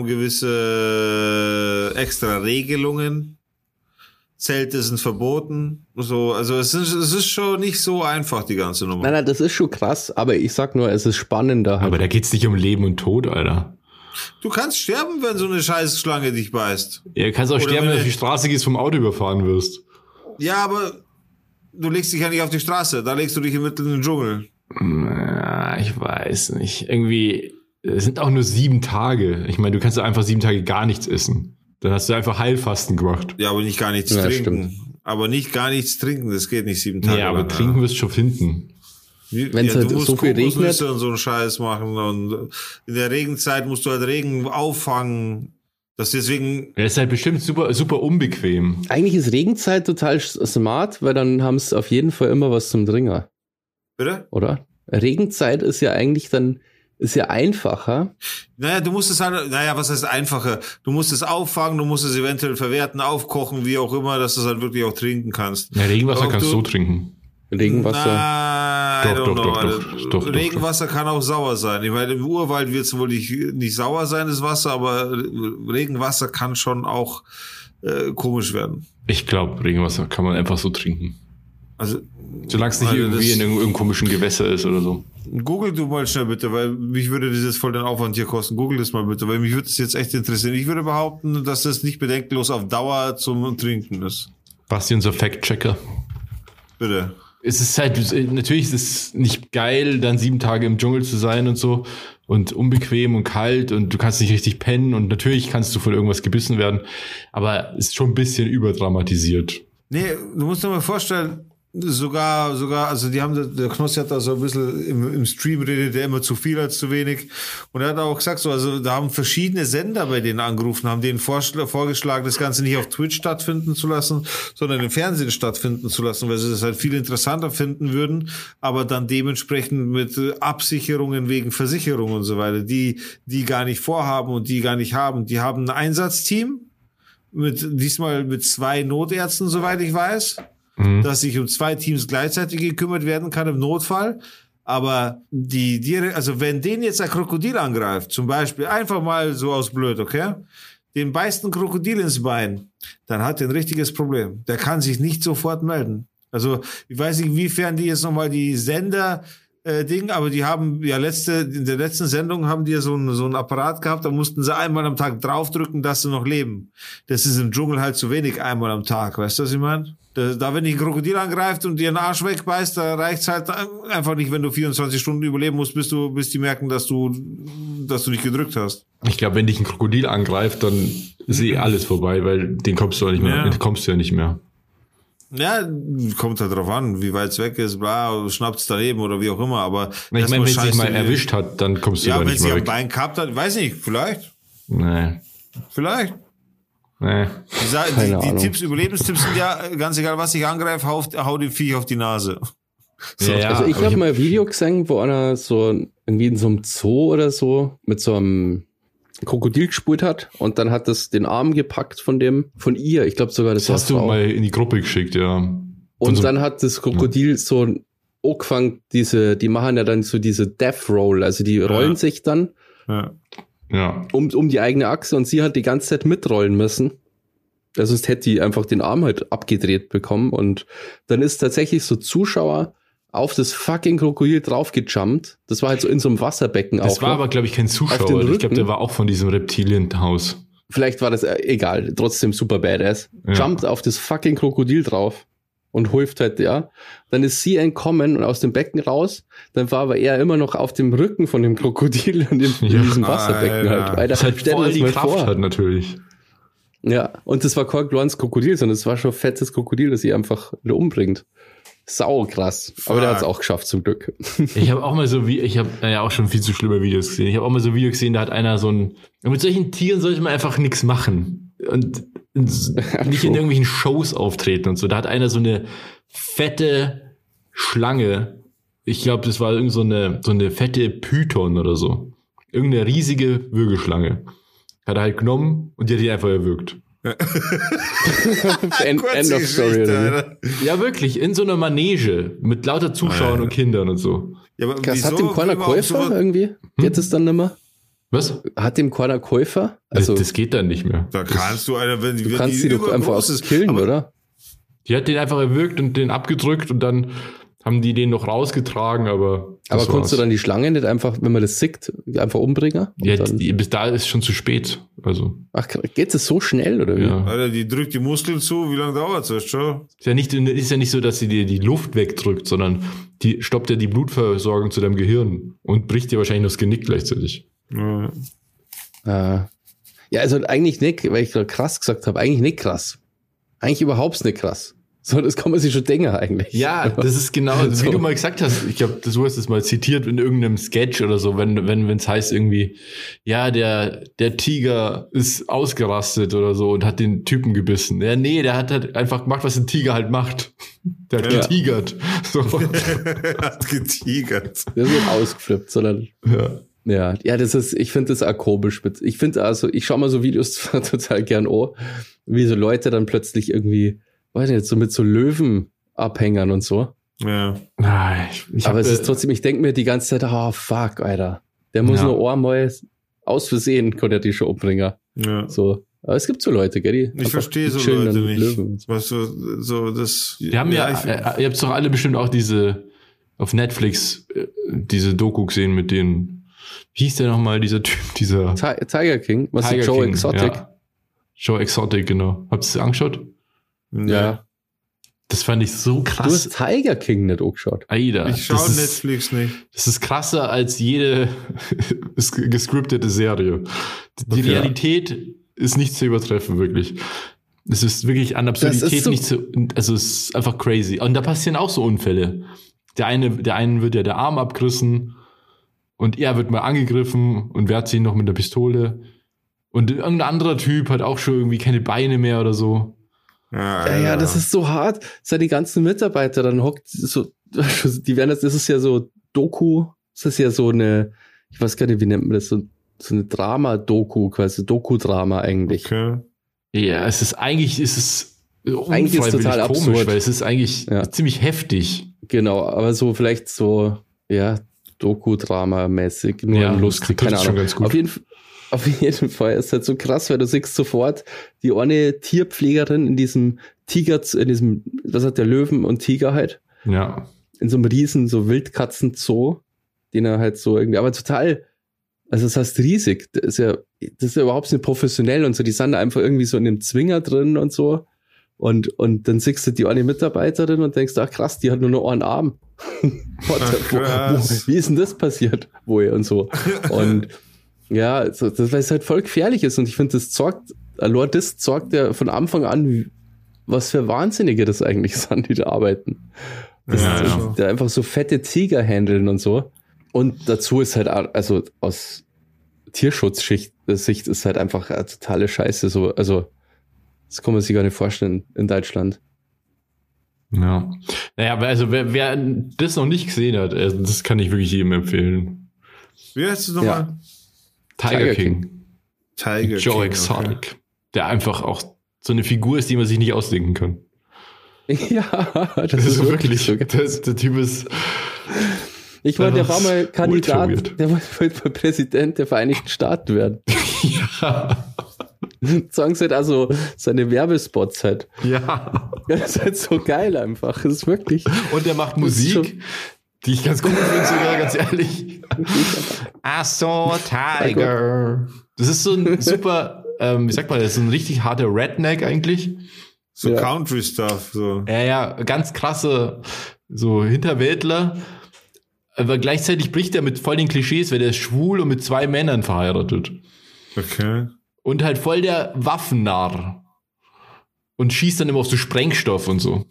gewisse äh, extra Regelungen. Zelte sind verboten. So, also es ist, es ist schon nicht so einfach, die ganze Nummer. nein, nein, das ist schon krass, aber ich sag nur, es ist spannender. Halt. Aber da geht's nicht um Leben und Tod, Alter. Du kannst sterben, wenn so eine scheiß Schlange dich beißt. Ja, du kannst auch Oder sterben, wenn wenn du auf er- die Straße gehst, vom Auto überfahren wirst. Ja, aber du legst dich ja nicht auf die Straße. Da legst du dich mitten in den Dschungel. Ja, ich weiß nicht. Irgendwie, es sind auch nur sieben Tage. Ich meine, du kannst doch einfach sieben Tage gar nichts essen. Dann hast du einfach Heilfasten gemacht. Ja, aber nicht gar nichts Ja, trinken. Aber nicht gar nichts trinken. Das geht nicht sieben Tage Ja, aber lang. trinken wirst du schon finden. Wenn's ja, halt du musst so viel Kokosnüsse regnet. und so einen Scheiß machen und in der Regenzeit musst du halt Regen auffangen. Das deswegen, Er ist halt bestimmt super, super unbequem. Eigentlich ist Regenzeit total smart, weil dann haben es auf jeden Fall immer was zum Trinken, bitte? oder? Regenzeit ist ja eigentlich dann, ist ja einfacher. Naja, du musst es halt, naja, was heißt einfacher? Du musst es auffangen, du musst es eventuell verwerten, aufkochen, wie auch immer, dass du es halt wirklich auch trinken kannst. Ja, Regenwasser Ob kannst du du- so trinken. Regenwasser. Na, I Doch, don't doch, know. doch, Alter. doch, doch, doch, Regenwasser kann auch sauer sein. Ich meine, im Urwald wird es wohl nicht, nicht sauer sein, das Wasser, aber Regenwasser kann schon auch äh, komisch werden. Ich glaube, Regenwasser kann man einfach so trinken. Also, solange es nicht also irgendwie in irgendeinem komischen Gewässer ist oder so. Google du mal schnell bitte, weil mich würde das jetzt voll den Aufwand hier kosten. Google das mal bitte, weil mich würde das jetzt echt interessieren. Ich würde behaupten, dass das nicht bedenkenlos auf Dauer zum Trinken ist. Basti, unser Fact-Checker. Bitte. Es ist halt, natürlich ist es nicht geil, dann sieben Tage im Dschungel zu sein und so und unbequem und kalt und du kannst nicht richtig pennen und natürlich kannst du von irgendwas gebissen werden, aber es ist schon ein bisschen überdramatisiert. Nee, du musst dir mal vorstellen, sogar, sogar, also die haben, der Knossi hat da so ein bisschen im, im Stream redet der immer zu viel als zu wenig. Und er hat auch gesagt, so, also da haben verschiedene Sender bei denen angerufen, haben denen vorschl- vorgeschlagen, das Ganze nicht auf Twitch stattfinden zu lassen, sondern im Fernsehen stattfinden zu lassen, weil sie das halt viel interessanter finden würden, aber dann dementsprechend mit Absicherungen wegen Versicherung und so weiter, die, die gar nicht vorhaben und die gar nicht haben. Die haben ein Einsatzteam mit, diesmal mit zwei Notärzten, soweit ich weiß. Mhm. Dass sich um zwei Teams gleichzeitig gekümmert werden kann im Notfall. Aber die, die, also wenn den jetzt ein Krokodil angreift, zum Beispiel, einfach mal so aus blöd, okay? Den beißt ein Krokodil ins Bein, dann hat er ein richtiges Problem. Der kann sich nicht sofort melden. Also, ich weiß nicht, inwiefern die jetzt nochmal die Sender, äh, Ding, aber die haben ja letzte, in der letzten Sendung haben die ja so ein, so ein Apparat gehabt, da mussten sie einmal am Tag draufdrücken, dass sie noch leben. Das ist im Dschungel halt zu wenig einmal am Tag, weißt du, was ich meine? Da, da, wenn dich ein Krokodil angreift und dir einen Arsch wegbeißt, da reicht's halt einfach nicht, wenn du vierundzwanzig Stunden überleben musst, bis du, bis die merken, dass du, dass du dich gedrückt hast. Ich glaube, wenn dich ein Krokodil angreift, dann ist eh alles vorbei, weil den kommst du ja nicht mehr, Ja. den kommst du ja nicht mehr. Ja, kommt halt drauf an, wie weit es weg ist, bla, schnappt's daneben oder wie auch immer, aber. Na, ich meine, wenn es dich mal dir- erwischt hat, dann kommst du Ja, da wenn nicht sie mehr am weg. Bein gehabt hat, weiß nicht, vielleicht, Nee, vielleicht. nee. Die, Sa- Keine die, die Ahnung. Tipps, Überlebenstipps sind ja, ganz egal, was ich angreife, hau, hau den Viech auf die Nase. So, ja, Also ich aber habe mal ein Video gesehen, wo einer so irgendwie in so einem Zoo oder so mit so einem Krokodil gespult hat und dann hat das den Arm gepackt von dem, von ihr. Ich glaube sogar, das, das war hast du Frau. mal in die Gruppe geschickt, ja. Von Und so- dann hat das Krokodil so angefangen, diese, die machen ja dann so diese Death Roll, also die rollen Ja. sich dann Ja. Ja. um, um die eigene Achse und sie hat die ganze Zeit mitrollen müssen. Also sonst hätte die einfach den Arm halt abgedreht bekommen und dann ist tatsächlich so Zuschauer auf das fucking Krokodil draufgejumpt. Das war halt so in so einem Wasserbecken Das auch. war noch. aber, glaube ich, kein Auf den Zuschauer. Ich glaube, Rücken? der war auch von diesem Reptilienhaus. Vielleicht war das äh, egal, trotzdem super badass. Ja. Jumpt auf das fucking Krokodil drauf und hilft halt, ja. Dann ist sie entkommen und aus dem Becken raus. Dann war aber er immer noch auf dem Rücken von dem Krokodil und in, in Ja. diesem Wasserbecken Alter. halt. Alter, Das halt stell dir voll das die mal Kraft vor. hat, natürlich. Ja, und das war kein kleines Krokodil, sondern es war schon ein fettes Krokodil, das sie einfach umbringt. Sau krass. Aber der hat es auch geschafft, zum Glück. Ich habe auch mal so wie, ich habe ja auch schon viel zu schlimme Videos gesehen. Ich habe auch mal so Videos gesehen, da hat einer so ein, und mit solchen Tieren sollte man einfach nichts machen. Und nicht in irgendwelchen Shows auftreten und so. Da hat einer so eine fette Schlange. Ich glaube, das war irgend so eine, so eine fette Python oder so. Irgendeine riesige Würgeschlange. Hat er halt genommen und die hat ihn einfach erwürgt. End, Kurze end of story. Geschichte, Oder? Alter. Ja, wirklich, in so einer Manege mit lauter Zuschauern Alter. und Kindern und so. Ja, aber Das hat wieso dem keiner will man auf Käufer sowas- irgendwie? Geht es dann nimmer? Was? Hat dem keiner Käufer? Also, das, das geht dann nicht mehr. Da kannst du, Alter, wenn, du wenn kannst die die doch einfach übergroß auch ist. killen, aber, oder? Die hat den einfach erwürgt und den abgedrückt und dann haben die den noch rausgetragen, aber. Aber das konntest du war's. dann die Schlange nicht einfach, wenn man das sickt, einfach umbringen? Und Ja, dann, die, bis da ist schon zu spät. Also, ach, geht es so schnell, oder wie? ja. Alter, die drückt die Muskeln zu, wie lange dauert das schon? Ist ja nicht, ist ja nicht so, dass sie dir die Luft wegdrückt, sondern die stoppt ja die Blutversorgung zu deinem Gehirn und bricht dir wahrscheinlich noch das Genick gleichzeitig. Ja. Äh, ja, also eigentlich nicht, weil ich gerade krass gesagt habe, eigentlich nicht krass. Eigentlich überhaupt nicht krass. So, das kann man sich schon denken eigentlich. Ja, das ist genau, So. wie du mal gesagt hast, ich glaube, du hast es mal zitiert in irgendeinem Sketch oder so, wenn wenn wenn es heißt irgendwie, ja, der der Tiger ist ausgerastet oder so und hat den Typen gebissen. Ja, nee, der hat halt einfach gemacht, was ein Tiger halt macht. Der hat Ja. getigert. So. Hat getigert. Das wird ausgeflippt, sondern Ja. ja, ja, das ist, ich finde das auch komisch. Ich finde also, ich schaue mal so Videos zwar total gern an, wie so Leute dann plötzlich irgendwie, weiß nicht, so mit so Löwenabhängern und so. Ja. Ah, ich, ich Aber hab, es ist äh, trotzdem, ich denke mir die ganze Zeit, oh fuck, Alter. Der muss Ja. nur einmal aus Versehen, konnte er die schon umbringen. Ja. So. Aber es gibt so Leute, gell? Die ich verstehe so Leute nicht. Was so, so das. Wir haben ja, ja äh, ihr habt doch alle bestimmt auch diese auf Netflix äh, diese Doku gesehen mit den, wie hieß der nochmal, dieser Typ, dieser Tiger King, was Tiger ist Joe King, Exotic? Ja. Joe Exotic, genau. Habt ihr es angeschaut? Ja. ja. Das fand ich so krass. Du hast Tiger King nicht angeschaut. Aida. Ich schaue Netflix nicht. Das ist krasser als jede gescriptete Serie. Die okay. Realität ist nicht zu übertreffen, wirklich. Es ist wirklich an Absurdität so nicht zu, also es ist einfach crazy. Und da passieren auch so Unfälle. Der eine, der einen wird ja der Arm abgerissen und er wird mal angegriffen und wehrt sich noch mit der Pistole. Und irgendein anderer Typ hat auch schon irgendwie keine Beine mehr oder so. Ja, ja, ja, das ist so hart. Seid die ganzen Mitarbeiter, dann hockt so, die werden das, das ist ja so Doku, das ist ja so eine, ich weiß gar nicht, wie nennt man das, so, so eine Drama-Doku, quasi Doku-Drama eigentlich. Okay. Ja, es ist eigentlich, ist es eigentlich ist total komisch, absurd, weil es ist eigentlich ja. ziemlich heftig. Genau, aber so vielleicht so, ja, Doku-Drama-mäßig, nur ja, lustig, keine Ahnung. Ganz gut. Auf jeden Fall. Auf jeden Fall ist halt so krass, weil du siehst sofort die eine Tierpflegerin in diesem Tiger, in diesem, was hat der Löwen und Tiger halt? Ja. In so einem riesen, so Wildkatzen-Zoo, den er halt so irgendwie, aber total, also das heißt riesig, das ist ja, das ist ja überhaupt nicht professionell und so, die sind da einfach irgendwie so in dem Zwinger drin und so und, und dann siehst du die eine Mitarbeiterin und denkst, ach krass, die hat nur noch einen Arm. What, ach, wo, wo, wie ist denn das passiert? Woher und so. Und ja, also das, weil es halt voll gefährlich ist und ich finde, das sorgt, allein das sorgt ja von Anfang an, wie, was für Wahnsinnige das eigentlich sind, die da arbeiten. Das ja, ist, ja. Da einfach so fette Tiger handeln und so. Und dazu ist halt, also aus Tierschutzsicht Sicht ist halt einfach eine totale Scheiße. So, also, das kann man sich gar nicht vorstellen in Deutschland. Ja. Naja, aber also wer, wer das noch nicht gesehen hat, also das kann ich wirklich jedem empfehlen. Wie heißt es nochmal? Ja. Tiger, Tiger King. King. Tiger Joe King, Exotic. okay. Der einfach auch so eine Figur ist, die man sich nicht ausdenken kann. Ja, das, Das ist ist wirklich wirklich, so. das, der Typ ist. Ich meine, der war mal ultra Kandidat, weird. der wollte mal Präsident der Vereinigten Staaten werden. Ja. Sagen sie halt also seine Werbespots halt. Ja. Das ist halt so geil einfach. Das ist wirklich. Und der macht Das ist Musik, die ich ganz cool finde, sogar, ganz ehrlich. I saw a tiger. Das ist so ein super, ähm, wie sagt man das, so ein richtig harter Redneck eigentlich. So Ja. Country-Stuff. So. Ja, ja, ganz krasse, so Hinterwäldler. Aber gleichzeitig bricht er mit voll den Klischees, weil der ist schwul und mit zwei Männern verheiratet. Okay. Und halt voll der Waffennarr. Und schießt dann immer auf so Sprengstoff und so.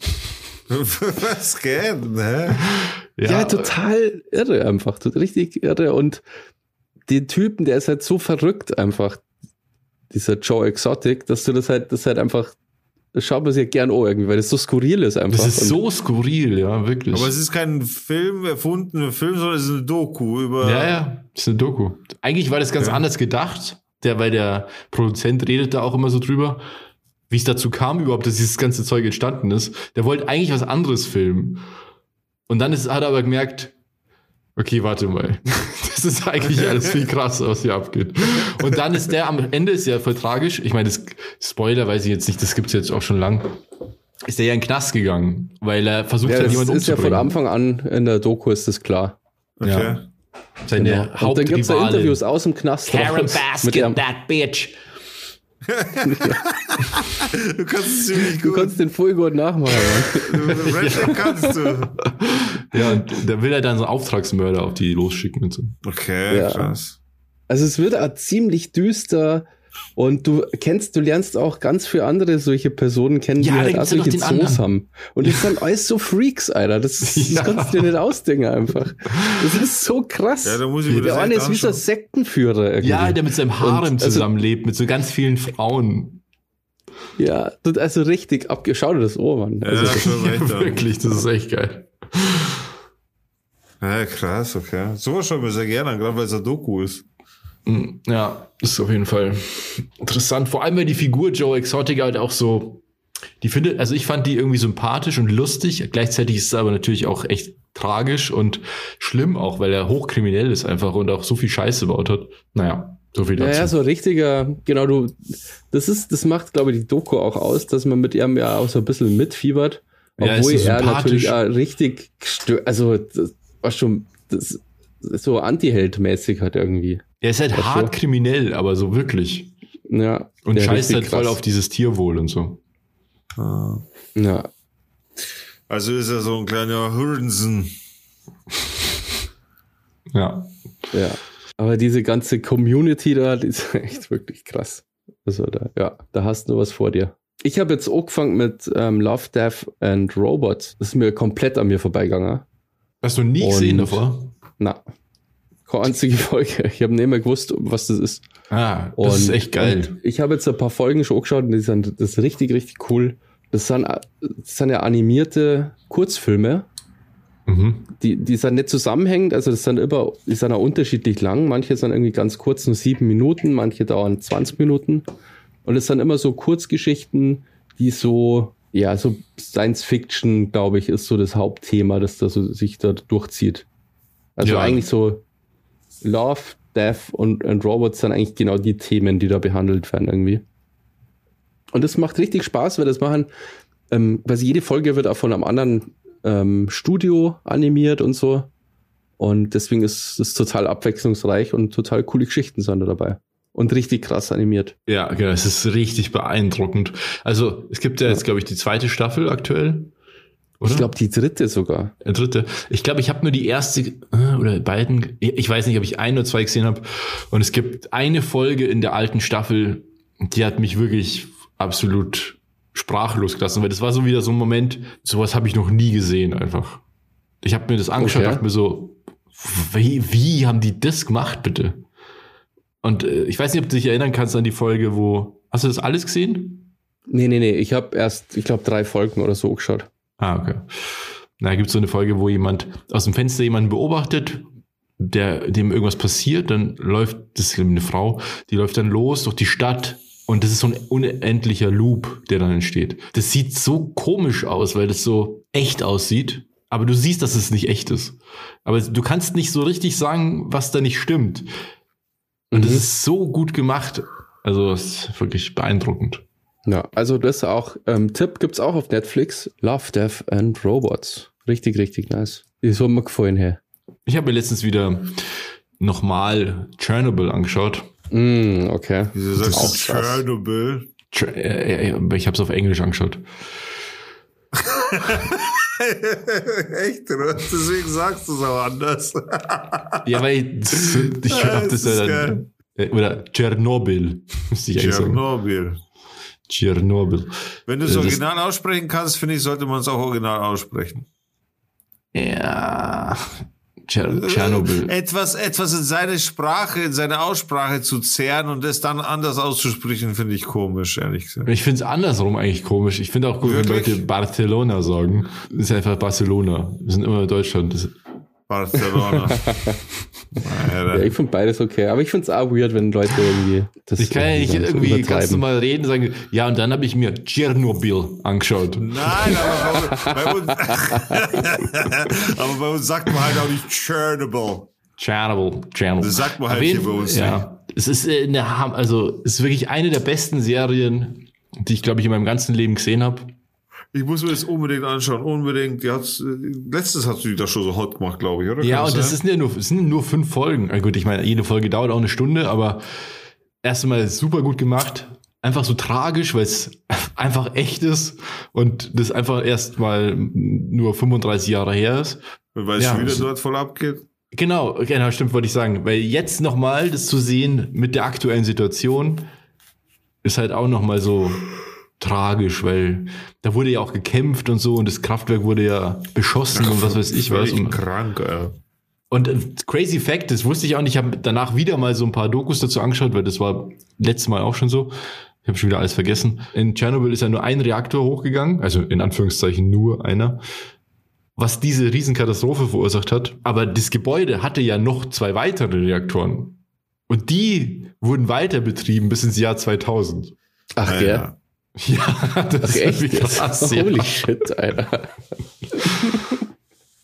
Was geht, ne? Ja, total irre einfach. Richtig irre. Und den Typen, der ist halt so verrückt einfach. Dieser Joe Exotic, dass du das halt, das halt einfach, das schaut man sich ja gern an irgendwie, weil das so skurril ist einfach. Das ist Und so skurril, ja, wirklich. Aber es ist kein Film, erfundener Film, sondern es ist eine Doku über... Ja, ja, das ist eine Doku. Eigentlich war das ganz Ja. anders gedacht, der, weil der Produzent redet da auch immer so drüber, wie es dazu kam überhaupt, dass dieses ganze Zeug entstanden ist. Der wollte eigentlich was anderes filmen. Und dann ist, hat er aber gemerkt, okay, warte mal, das ist eigentlich alles viel krasser, was hier abgeht. Und dann ist der, am Ende ist ja voll tragisch, ich meine, das Spoiler weiß ich jetzt nicht, das gibt's jetzt auch schon lang, ist der ja in den Knast gegangen, weil er versucht ja, hat, das jemanden ist ja umzubringen. von Anfang an in der Doku, ist das klar. Okay. Ja. Seine Genau. Und dann gibt's ja Hauptrivalin. Interviews aus dem Knast. Karen raus mit Baskin, ihrem- that bitch. Du kannst es ziemlich Du gut. kannst den voll gut nachmachen. Mann. Redneck kannst du. Ja, und da will er dann so Auftragsmörder auf die losschicken und so. Okay, Ja. krass. Also es wird auch ziemlich düster und du kennst, du lernst auch ganz viele andere solche Personen kennen, Ja, die da halt auch gibt's ja noch solche den Zoos anderen. haben. Und das sind alles so Freaks, Alter. Das, das Ja. kannst du dir nicht ausdenken einfach. Das ist so krass. Ja, da muss ich mir das Der eine echt ist wie so ein anschauen. Sektenführer irgendwie. Ja, der mit seinem Harem Und, also- zusammenlebt, mit so ganz vielen Frauen. Ja, das- also richtig abgeschaut das oh Mann. Ja, Also, schon recht. Ja, Ja, wirklich, das ist echt geil. ja, krass, okay. Sowas schauen wir sehr gerne an, gerade weil es ein Doku ist. Mm, Ja, das ist auf jeden Fall interessant. Vor allem, weil die Figur Joe Exotic halt auch so, die findet, also ich fand die irgendwie sympathisch und lustig. Gleichzeitig ist es aber natürlich auch echt tragisch und schlimm auch, weil er hochkriminell ist einfach und auch so viel Scheiße gebaut hat. Naja, So viel dazu. Ja, ja, so richtiger, genau, du, das ist, das macht, glaube ich, die Doku auch aus, dass man mit ihm ja auch so ein bisschen mitfiebert, Ja, obwohl ist so er natürlich sympathisch. auch richtig gestört, also, das war schon, das, so Anti-Held-mäßig halt irgendwie. Er ist halt Ach so. hart kriminell, aber so wirklich. Ja. Und ja, scheißt richtig halt voll krass. auf dieses Tierwohl und so. Ah. Ja. Also ist er so ein kleiner Hurdensen. Ja. Ja. Aber diese ganze Community da, die ist echt wirklich krass. Also da, ja, da hast du was vor dir. Ich habe jetzt angefangen mit ähm, Love, Death and Robots. Das ist mir komplett an mir vorbeigegangen. Hast du nie Und- gesehen davor? Na, keine einzige Folge. Ich habe nicht mehr gewusst, was das ist. Ah, das ist echt geil. und Ich habe jetzt ein paar Folgen schon angeschaut und die sind, das ist richtig, richtig cool. Das sind, das sind ja animierte Kurzfilme. Mhm. Die, die sind nicht zusammenhängend, also das sind immer, die sind auch unterschiedlich lang. Manche sind irgendwie ganz kurz, nur sieben Minuten, manche dauern zwanzig Minuten. Und es sind immer so Kurzgeschichten, die so, ja, so Science Fiction, glaube ich, ist so das Hauptthema, das da so sich da durchzieht. Also Ja. eigentlich so Love, Death und, und Robots sind eigentlich genau die Themen, die da behandelt werden irgendwie. Und das macht richtig Spaß, weil das machen, ähm, weil jede Folge wird auch von einem anderen ähm, Studio animiert und so. Und deswegen ist es total abwechslungsreich und total coole Geschichten sind da dabei. Und richtig krass animiert. Ja, genau, es ist richtig beeindruckend. Also, es gibt ja jetzt, glaube ich, die zweite Staffel aktuell. Oder? Ich glaube, die dritte sogar. Der dritte. Ich glaube, ich habe nur die erste äh, oder beiden, ich weiß nicht, ob ich ein oder zwei gesehen habe. Und es gibt eine Folge in der alten Staffel, die hat mich wirklich absolut sprachlos gelassen, weil das war so wieder so ein Moment, sowas habe ich noch nie gesehen einfach. Ich habe mir das angeschaut und Okay. dachte mir so, wie, wie haben die das gemacht, bitte? Und äh, ich weiß nicht, ob du dich erinnern kannst an die Folge, wo, hast du das alles gesehen? Nee, nee, nee. Ich habe erst, ich glaube, drei Folgen oder so geschaut. Ah, okay. Da gibt es so eine Folge, wo jemand aus dem Fenster jemanden beobachtet, der, dem irgendwas passiert, dann läuft, das ist eine Frau, die läuft dann los durch die Stadt und das ist so ein unendlicher Loop, der dann entsteht. Das sieht so komisch aus, weil das so echt aussieht, aber du siehst, dass es nicht echt ist. Aber du kannst nicht so richtig sagen, was da nicht stimmt. Und das Mhm. ist so gut gemacht. Also, es ist wirklich beeindruckend. Ja, also das auch, ähm, Tipp gibt's auch auf Netflix. Love, Death and Robots. Richtig, richtig nice. Die ist mir gefallen, hey. Ich habe mir letztens wieder nochmal Chernobyl angeschaut. Mm, okay. Wieso sagst Auch du krass. Chernobyl? Ch- äh, äh, ich habe es auf Englisch angeschaut. Echt, oder? Deswegen sagst du es auch anders. Ja, weil ich, ich habe das, Das ist ja dann. äh, Oder Tschernobyl, müsste ich eigentlich sagen. Tschernobyl. Tschernobyl. Wenn du es Das- original aussprechen kannst, finde ich, sollte man es auch original aussprechen. Ja. Tscher- Tschernobyl. Etwas, etwas in seine Sprache, in seine Aussprache zu zerren und es dann anders auszusprechen, finde ich komisch, ehrlich gesagt. Ich finde es andersrum eigentlich komisch. Ich finde auch gut, wenn Wirklich? Leute Barcelona sagen. Das ist einfach Barcelona. Wir sind immer in Deutschland. Das, Barcelona. Ja, ich finde beides okay. Aber ich finde es auch weird, wenn Leute irgendwie das ich kann ja nicht so irgendwie ganz übertreiben. normal reden und sagen, ja, und dann habe ich mir Tschernobyl angeschaut. Nein, aber bei, bei uns, aber bei uns sagt man halt auch nicht Chernobyl. Tschernobyl, Tschernobyl. Das sagt man Auf halt jeden hier bei uns Ja, es ist äh, eine, Ham- also es ist wirklich eine der besten Serien, die ich glaube ich in meinem ganzen Leben gesehen habe. Ich muss mir das unbedingt anschauen, unbedingt. Die hat's, äh, letztens hast du die da schon so hot gemacht, glaube ich, oder? Ja, Kann und das sein? ist ja nur, es sind nur fünf Folgen. Na gut, ich meine, jede Folge dauert auch eine Stunde, aber erstmal super gut gemacht. Einfach so tragisch, weil es einfach echt ist und das einfach erst mal nur fünfunddreißig Jahre her ist. Weil es ja, schon wieder das- dort voll abgeht. Genau, genau, stimmt, wollte ich sagen. Weil jetzt nochmal das zu sehen mit der aktuellen Situation ist halt auch nochmal so tragisch, weil da wurde ja auch gekämpft und so und das Kraftwerk wurde ja beschossen und was weiß ich was. Völlig Und, krank, ey. und äh, crazy fact, das wusste ich auch nicht, ich habe danach wieder mal so ein paar Dokus dazu angeschaut, weil das war letztes Mal auch schon so. Ich habe schon wieder alles vergessen. In Tschernobyl ist ja nur ein Reaktor hochgegangen, also in Anführungszeichen nur einer, was diese Riesenkatastrophe verursacht hat. Aber das Gebäude hatte ja noch zwei weitere Reaktoren. Und die wurden weiter betrieben bis ins Jahr zweitausend. Ach, Ja, gell? ja. Ja, das Ach, ist echt? wirklich krass. Ja. Holy shit, Alter.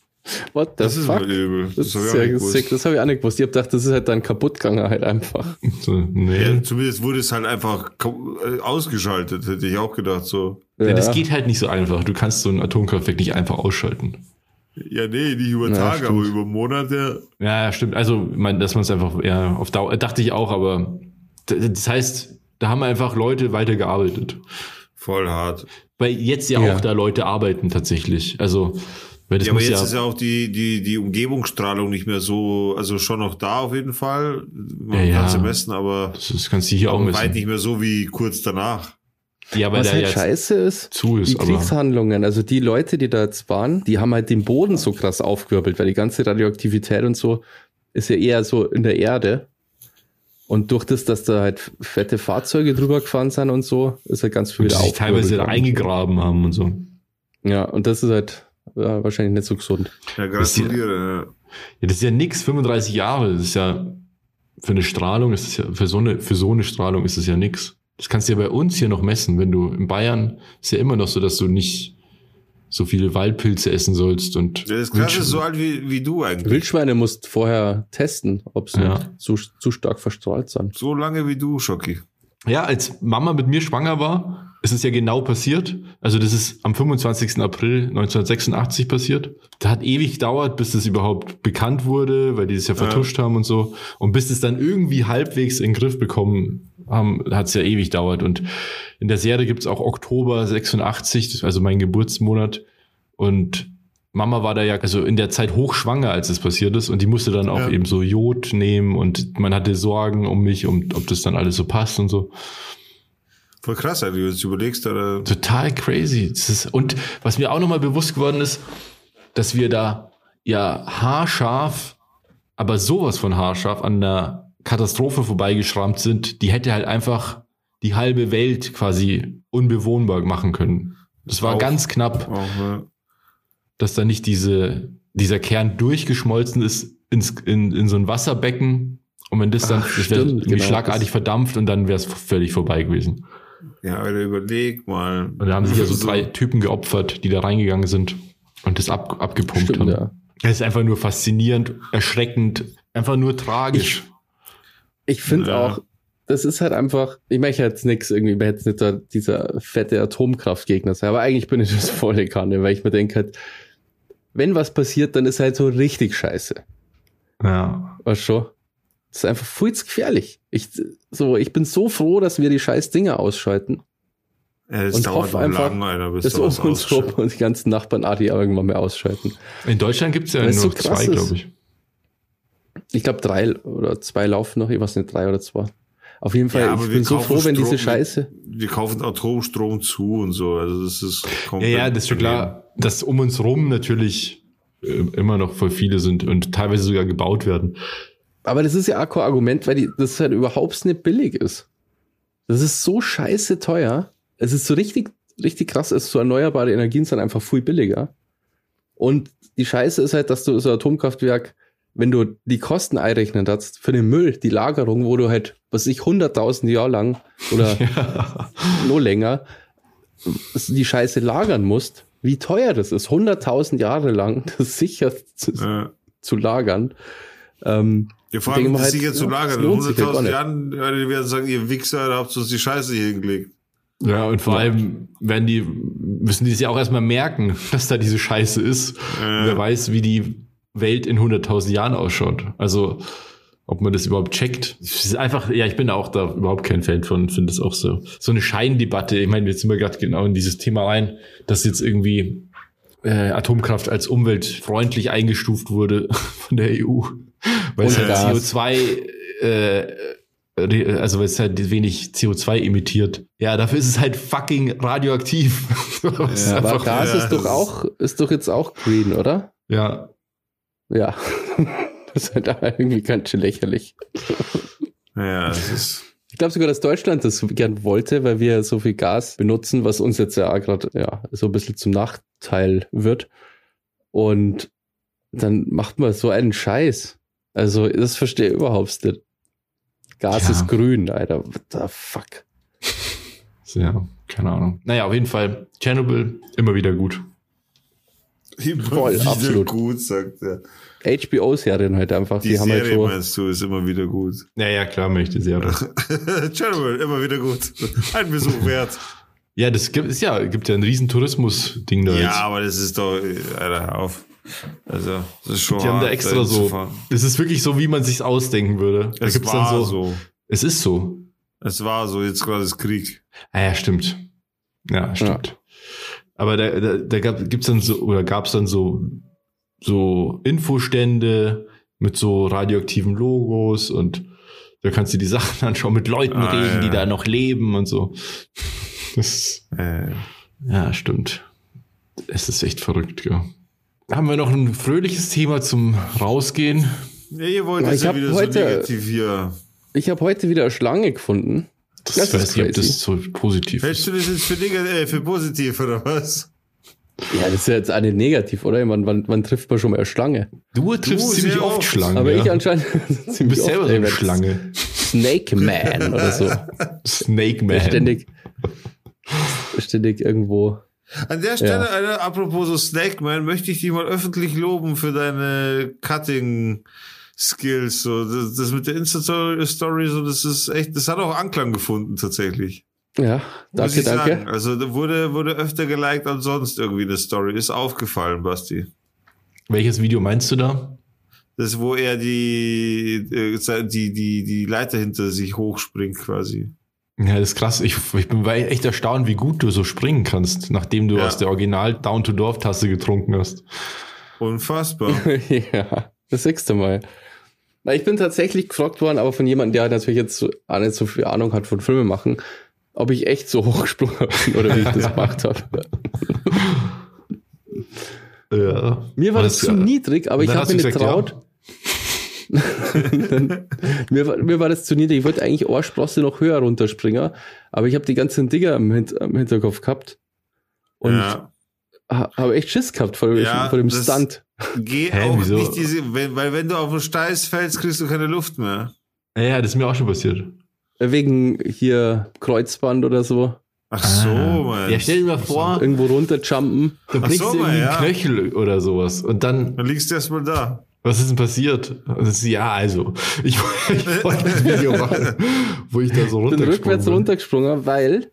What the Das ist fuck? mal übel. Das, Das hab ist ich auch ja nicht gewusst. sick. Das habe ich auch nicht gewusst. Ich hab gedacht, das ist halt dann kaputt gegangen halt einfach. So, nee. Ja, zumindest wurde es halt einfach kau- äh, ausgeschaltet, hätte ich auch gedacht, so. Ja, das geht halt nicht so einfach. Du kannst so ein Atomkraftwerk nicht einfach ausschalten. Ja, nee, nicht über Ja, Tage, stimmt. aber über Monate. Ja, ja, stimmt. Also, ich mein, dass man es einfach ja, auf Dauer, dachte ich auch, aber d- das heißt, da haben einfach Leute weitergearbeitet. Voll hart. Weil jetzt ja, Ja. auch da Leute arbeiten tatsächlich. Also, weil das Ja, aber muss jetzt ja, ist ja auch die, die, die Umgebungsstrahlung nicht mehr so, also schon noch da auf jeden Fall. Man Ja, ja. kann sie messen, aber, das, das kannst du hier auch aber weit messen. nicht mehr so wie kurz danach. Ja, weil Was der halt jetzt scheiße ist, zu ist, die aber- Kriegshandlungen, also die Leute, die da jetzt waren, die haben halt den Boden so krass aufgewirbelt, weil die ganze Radioaktivität und so ist ja eher so in der Erde. Und durch das, dass da halt fette Fahrzeuge drüber gefahren sind und so, ist halt ganz viel die wieder sich teilweise da aufgewirbelt. eingegraben haben und so. Ja, und das ist halt ja, wahrscheinlich nicht so gesund. Ja, Das hier- gratuliere. Ja, das ist ja nix, fünfunddreißig Jahre. Das ist ja, für eine Strahlung ist es ja, für so eine, für so eine Strahlung ist es ja nix. Das kannst du ja bei uns hier noch messen. Wenn du in Bayern, ist ja immer noch so, dass du nicht so viele Waldpilze essen sollst und Ja, das Krasse ist so alt wie, wie du eigentlich. Wildschweine musst vorher testen, ob sie Ja. nicht zu, zu stark verstrahlt sind. So lange wie du, Schocki. Ja, als Mama mit mir schwanger war, ist es ja genau passiert. Also das ist am fünfundzwanzigsten April neunzehnhundertsechsundachtzig passiert. Da hat ewig gedauert, bis das überhaupt bekannt wurde, weil die das ja vertuscht haben und so. Und bis es dann irgendwie halbwegs in den Griff bekommen haben, hat es ja ewig gedauert. Und in der Serie gibt's auch Oktober sechsundachtzig, das war also mein Geburtsmonat. Und Mama war da ja also in der Zeit hochschwanger, als es passiert ist. Und die musste dann auch Ja. eben so Jod nehmen. Und man hatte Sorgen um mich, um, ob das dann alles so passt und so. Voll krass, wenn du jetzt überlegst, oder? Total crazy. Das ist, und was mir auch nochmal bewusst geworden ist, dass wir da ja haarscharf, aber sowas von haarscharf an der Katastrophe vorbeigeschrammt sind, die hätte halt einfach die halbe Welt quasi unbewohnbar machen können. Das war Auch. ganz knapp, Auch, ne? dass da nicht diese, dieser Kern durchgeschmolzen ist ins, in, in so ein Wasserbecken. Und wenn das dann, Ach, das wäre stimmt, irgendwie genau, schlagartig das- verdampft und dann wäre es völlig vorbei gewesen. Ja, aber überleg mal. Und da haben sich ja so drei Typen geopfert, die da reingegangen sind und das ab, abgepumpt Stimmt, haben. ja. Das ist einfach nur faszinierend, erschreckend, einfach nur tragisch. Ich finde Ja. auch, das ist halt einfach, ich möchte jetzt nichts irgendwie, ich möchte jetzt nicht da dieser fette Atomkraftgegner sein, aber eigentlich bin ich das volle Kanne, weil ich mir denke halt, wenn was passiert, dann ist halt so richtig scheiße. Ja. Weißt du schon? Das ist einfach viel zu gefährlich. Ich, so, ich bin so froh, dass wir die scheiß Dinger ausschalten. Ja, das Und dauert hoffe noch einfach, lang, Alter, bis dass da was um uns rum ausschaltet. und die ganzen Nachbarn Adi irgendwann mehr ausschalten. In Deutschland gibt's ja Weil nur es so noch krass zwei, ist. glaube ich. Ich glaube, drei oder zwei laufen noch, ich weiß nicht, drei oder zwei. Auf jeden Fall, Ja, aber ich wir bin so kaufen froh, wenn diese Strom- Scheiße. Wir kaufen Atomstrom zu und so, also das ist Ja, komplett ja, das ist schon klar, dass um uns rum natürlich äh, immer noch voll viele sind und teilweise sogar gebaut werden. Aber das ist ja auch kein Argument, weil die, das halt überhaupt nicht billig ist. Das ist so scheiße teuer. Es ist so richtig, richtig krass. Es ist so erneuerbare Energien sind einfach viel billiger. Und die Scheiße ist halt, dass du so ein Atomkraftwerk, wenn du die Kosten einrechnen darfst für den Müll, die Lagerung, wo du halt, was weiß ich, hunderttausend Jahre lang oder noch länger die Scheiße lagern musst, wie teuer das ist, hunderttausend Jahre lang das sicher zu, Ja. zu lagern. Ähm, Ja, vor denke allem mir das halt, sicher zu ja, lagern. das In lohnt sich halt hunderttausend gar Jahren, ja, die werden sagen, ihr Wichser, da habt ihr uns die Scheiße hier hingelegt. Ja, und vor allem werden die, müssen die es ja auch erstmal merken, dass da diese Scheiße ist. Ja. Wer weiß, wie die Welt in hunderttausend Jahren ausschaut. Also, ob man das überhaupt checkt. Es ist einfach, ja, ich bin auch da überhaupt kein Fan von, finde es auch so, so eine Scheindebatte. Ich meine, jetzt sind wir gerade genau in dieses Thema rein, dass jetzt irgendwie äh, Atomkraft als umweltfreundlich eingestuft wurde von der E U. Weil es Und halt Gas. C O zwei, äh, also weil es halt wenig C O zwei emittiert. Ja, dafür ist es halt fucking radioaktiv. Das ist Ja, aber einfach- Gas ja, ist doch das- auch, ist doch jetzt auch green, oder? ja, Ja. Das ist halt irgendwie ganz schön lächerlich. Ja, das ist, Ich glaube sogar, dass Deutschland das gern wollte, weil wir so viel Gas benutzen, was uns jetzt ja gerade ja, so ein bisschen zum Nachteil wird. Und dann macht man so einen Scheiß. Also, das verstehe ich überhaupt nicht. Gas Ja. ist grün, Alter. What the fuck? ja, keine Ahnung. Naja, auf jeden Fall, Tschernobyl, immer wieder gut. Immer Voll, wieder absolut. gut, sagt er. H B O-Serien halt einfach. Die, Die, haben Serie, halt so. meinst du, ist immer wieder gut. Ja, ja, klar, möchte sie aber. Chernobyl, immer wieder gut. Ein Besuch wert. Ja, das gibt es ja, gibt ja ein riesen Tourismus-Ding da Ja, jetzt. aber das ist doch, Alter, hör auf. Also, das ist schon Die haben da hart, extra dahin zu so. fahren. Es ist wirklich so, wie man sich's ausdenken würde. Da Es gibt's war dann so, so. Es ist so. Es war so, jetzt gerade ist Krieg. Ah ja, stimmt. Ja, stimmt. Aber da, da, da gab, gibt's dann so, oder gab's dann so, so Infostände mit so radioaktiven Logos und da kannst du die Sachen anschauen, mit Leuten Ah, reden, ja. die da noch leben und so. Das, Äh, ja, stimmt. Es ist echt verrückt, ja. Haben wir noch ein fröhliches Thema zum Rausgehen? ja, ihr wollt Ja, jetzt ich ja hab wieder heute- so negativ hier. Ich habe heute wieder eine Schlange gefunden. Das, Das weiß ist nicht, ob crazy. das so positiv Hältst ist. du das jetzt für, neg äh, für positiv oder was? Ja, das ist ja jetzt auch nicht negativ, oder? Man, wann, wann trifft man schon mal eine Schlange? Du triffst Du, ziemlich sehr oft oft. Schlangen. Aber ja. ich anscheinend Du ziemlich bist selber oft, so ey, eine wenn's Schlange. Snake Man oder so. Snake Man. Ständig, ständig irgendwo. An der Stelle, Ja. Alter, apropos so Snake Man, möchte ich dich mal öffentlich loben für deine Cutting-Skills. So, das, das mit der Insta-Story, so, das ist echt, das hat auch Anklang gefunden, tatsächlich. Ja, Muss danke, ich sagen. danke. Also, da wurde, wurde öfter geliked als sonst irgendwie eine Story. Ist aufgefallen, Basti. Welches Video meinst du da? Das ist, wo er die, äh, die, die, die Leiter hinter sich hochspringt, quasi. Ja, das ist krass. Ich, ich bin war echt erstaunt, wie gut du so springen kannst, nachdem du Ja. aus der Original Down-to-Dorf-Tasse getrunken hast. Unfassbar. Ja, das sechste Mal. Na, ich bin tatsächlich gefragt worden, aber von jemandem, der natürlich jetzt so, auch nicht so viel Ahnung hat von Filme machen, ob ich echt so hochgesprungen bin oder wie ich das gemacht habe. Ja. Mir war das, das zu niedrig, aber ich dann habe hast mir du nicht gesagt, traut. Dann, mir, war, mir war das zu niedrig. Ich wollte eigentlich Ohrsprosse noch höher runterspringen, aber ich habe die ganzen Dinger im, Hint am Hinterkopf gehabt und Ja. ha, habe echt Schiss gehabt vor, Ja, vor dem das- Stunt. Geh Hä, auch wieso? nicht diese, wenn, weil wenn du auf den Steiß fällst, kriegst du keine Luft mehr. Ja, ja, das ist mir auch schon passiert. Wegen hier Kreuzband oder so. Ach so, Ah. Mann. Ja, stell dir mal vor, Irgendwo runterjumpen. du Ach brichst so, irgendwie ja. einen Knöchel oder sowas und dann, Dann liegst du erstmal da. was ist denn passiert? Und das ist, ja, also, ich, ich wollte ein Video machen, wo ich da so Bin runtergesprungen rückwärts bin. runtergesprungen, weil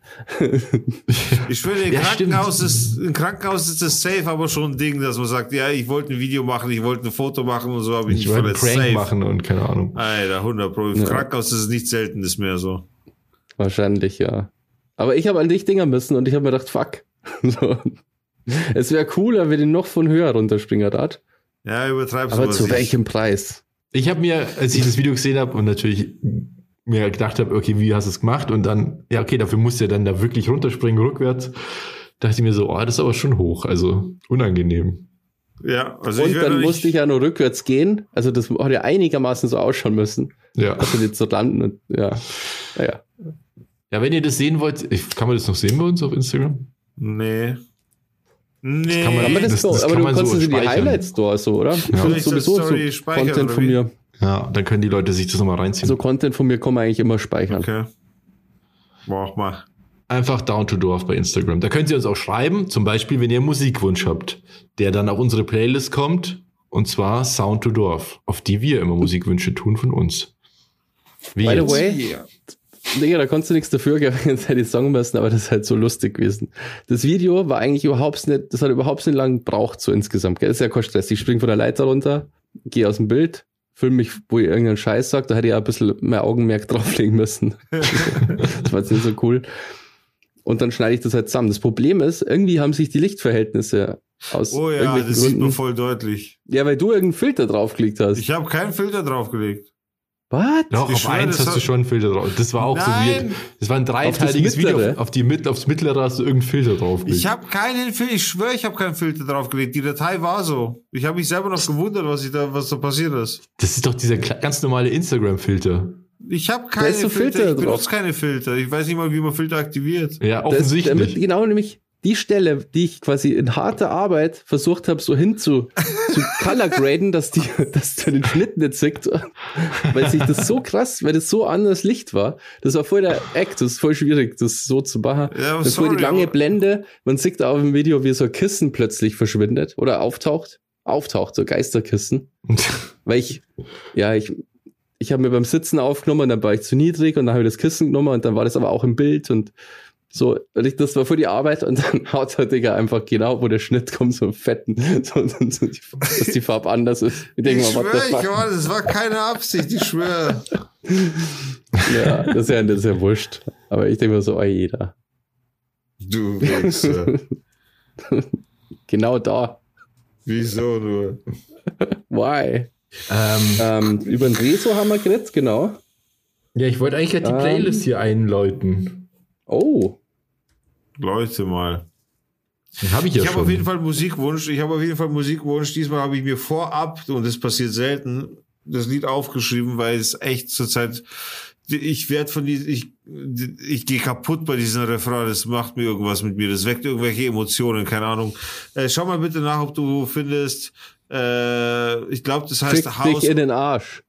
Ich finde, im Ja, Krankenhaus stimmt. ist, im Krankenhaus ist das safe, aber schon ein Ding, dass man sagt, ja, ich wollte ein Video machen, ich wollte ein Foto machen und so, habe ich Ich nicht wollte einen verletzt. Prank Safe. machen und keine Ahnung. Alter, hundert Pro. Im Ja. Krankenhaus ist es nicht selten, ist mehr so. wahrscheinlich, ja. Aber ich habe an dich Dinger müssen und ich habe mir gedacht, fuck. So. Es wäre cooler, wenn ich noch von höher runterspringen hat. Ja, übertreibst Aber sowas zu nicht. welchem Preis? Ich habe mir, als ich das Video gesehen habe und natürlich mir gedacht habe, okay, wie hast du es gemacht? Und dann, ja, okay, dafür musst du ja dann da wirklich runterspringen, rückwärts. Dachte ich mir so, oh, das ist aber schon hoch, also unangenehm. Ja, also Und ich werde dann nicht, musste ich ja nur rückwärts gehen. Also das hat ja einigermaßen so ausschauen müssen. Ja. Also jetzt so landen und ja. Naja. Ja, wenn ihr das sehen wollt, ich, kann man das noch sehen bei uns auf Instagram? Nee. Nee. kann man- Aber, das Das- so, das aber kann du man so konntest in die speichern. Highlights da so, oder? Ich Ja. find Ich sowieso das Story so speichern, Content oder von wie? mir. Ja, dann können die Leute sich das nochmal reinziehen. So Content von mir kann man eigentlich immer speichern. Okay. Mach mal. Einfach Down to Dorf bei Instagram. Da könnt ihr uns auch schreiben, zum Beispiel, wenn ihr einen Musikwunsch habt, der dann auf unsere Playlist kommt, und zwar Sound to Dorf, auf die wir immer Musikwünsche tun von uns. Wie By the jetzt. way, Digga, da konntest du nichts dafür, jetzt hätte ich sagen müssen, aber das ist halt so lustig gewesen. Das Video war eigentlich überhaupt nicht, das hat überhaupt nicht lang gebraucht, so insgesamt. Gell? Das ist ja kein Stress. Ich spring von der Leiter runter, gehe aus dem Bild, film mich, wo ich irgendeinen Scheiß sagt, da hätte ich ja ein bisschen mehr Augenmerk drauflegen müssen. Das war jetzt nicht so cool. Und dann schneide ich das halt zusammen. Das Problem ist, irgendwie haben sich die Lichtverhältnisse aus Oh ja, irgendwelchen das sieht man Gründen. voll deutlich. Ja, weil du irgendeinen Filter draufgelegt hast. Ich habe keinen Filter draufgelegt. Was? Doch, Ich auf schwöre, eins das hast du hat- schon einen Filter drauf. Das war auch Nein. so weird. Das war ein dreiteiliges mittlere? Video. Auf, die, Mit- aufs mittlere hast du irgendeinen Filter draufgelegt. Ich habe keinen Filter, ich schwöre, ich habe keinen Filter draufgelegt. Die Datei war so. Ich habe mich selber noch gewundert, was ich da, was da passiert ist. Das ist doch dieser kle- ganz normale Instagram-Filter. Ich habe Da keine ist so Filter, Filter ich benutze drauf. keine Filter. Ich weiß nicht mal, wie man Filter aktiviert. Ja, Das, damit, offensichtlich. genau nämlich die Stelle, die ich quasi in harter Arbeit versucht habe, so hinzu zu zu color graden, dass die, dass du den Schnitt nicht siehst, weil sich das so krass, weil das so anders Licht war. Das war voll der Act, das ist voll schwierig, das so zu machen. Ja, das war die lange aber Blende. Man sieht auf dem Video, wie so ein Kissen plötzlich verschwindet oder auftaucht. Auftaucht, so Geisterkissen. Weil ich, ja, ich, ich habe mir beim Sitzen aufgenommen und dann war ich zu niedrig und dann habe ich das Kissen genommen und dann war das aber auch im Bild und so, das war für die Arbeit und dann haut der Digga einfach genau, wo der Schnitt kommt, so einen fetten, so, so, so, dass die Farbe anders ist. Ich, denke ich mal, schwöre, ich war, das war keine Absicht, ich schwöre. Ja, das ist ja, das ist ja wurscht. Aber ich denke mir so, oh jeder. Du Wichser. Genau da. Wieso nur? Why? Ähm, ähm, über den Rezo haben wir geredet, genau. Ja, ich wollte eigentlich halt die Playlist ähm, hier einläuten. Oh. Leute mal. Hab ich ja ich habe auf jeden Fall Musikwunsch. Ich habe auf jeden Fall Musikwunsch. Diesmal habe ich mir vorab, und das passiert selten, das Lied aufgeschrieben, weil es echt zurzeit, ich werde von die, ich, ich gehe kaputt bei diesem Refrain. Das macht mir irgendwas mit mir. Das weckt irgendwelche Emotionen, keine Ahnung. Äh, schau mal bitte nach, ob du findest. Äh, ich glaube, das heißt Fick House. Dich in den Arsch.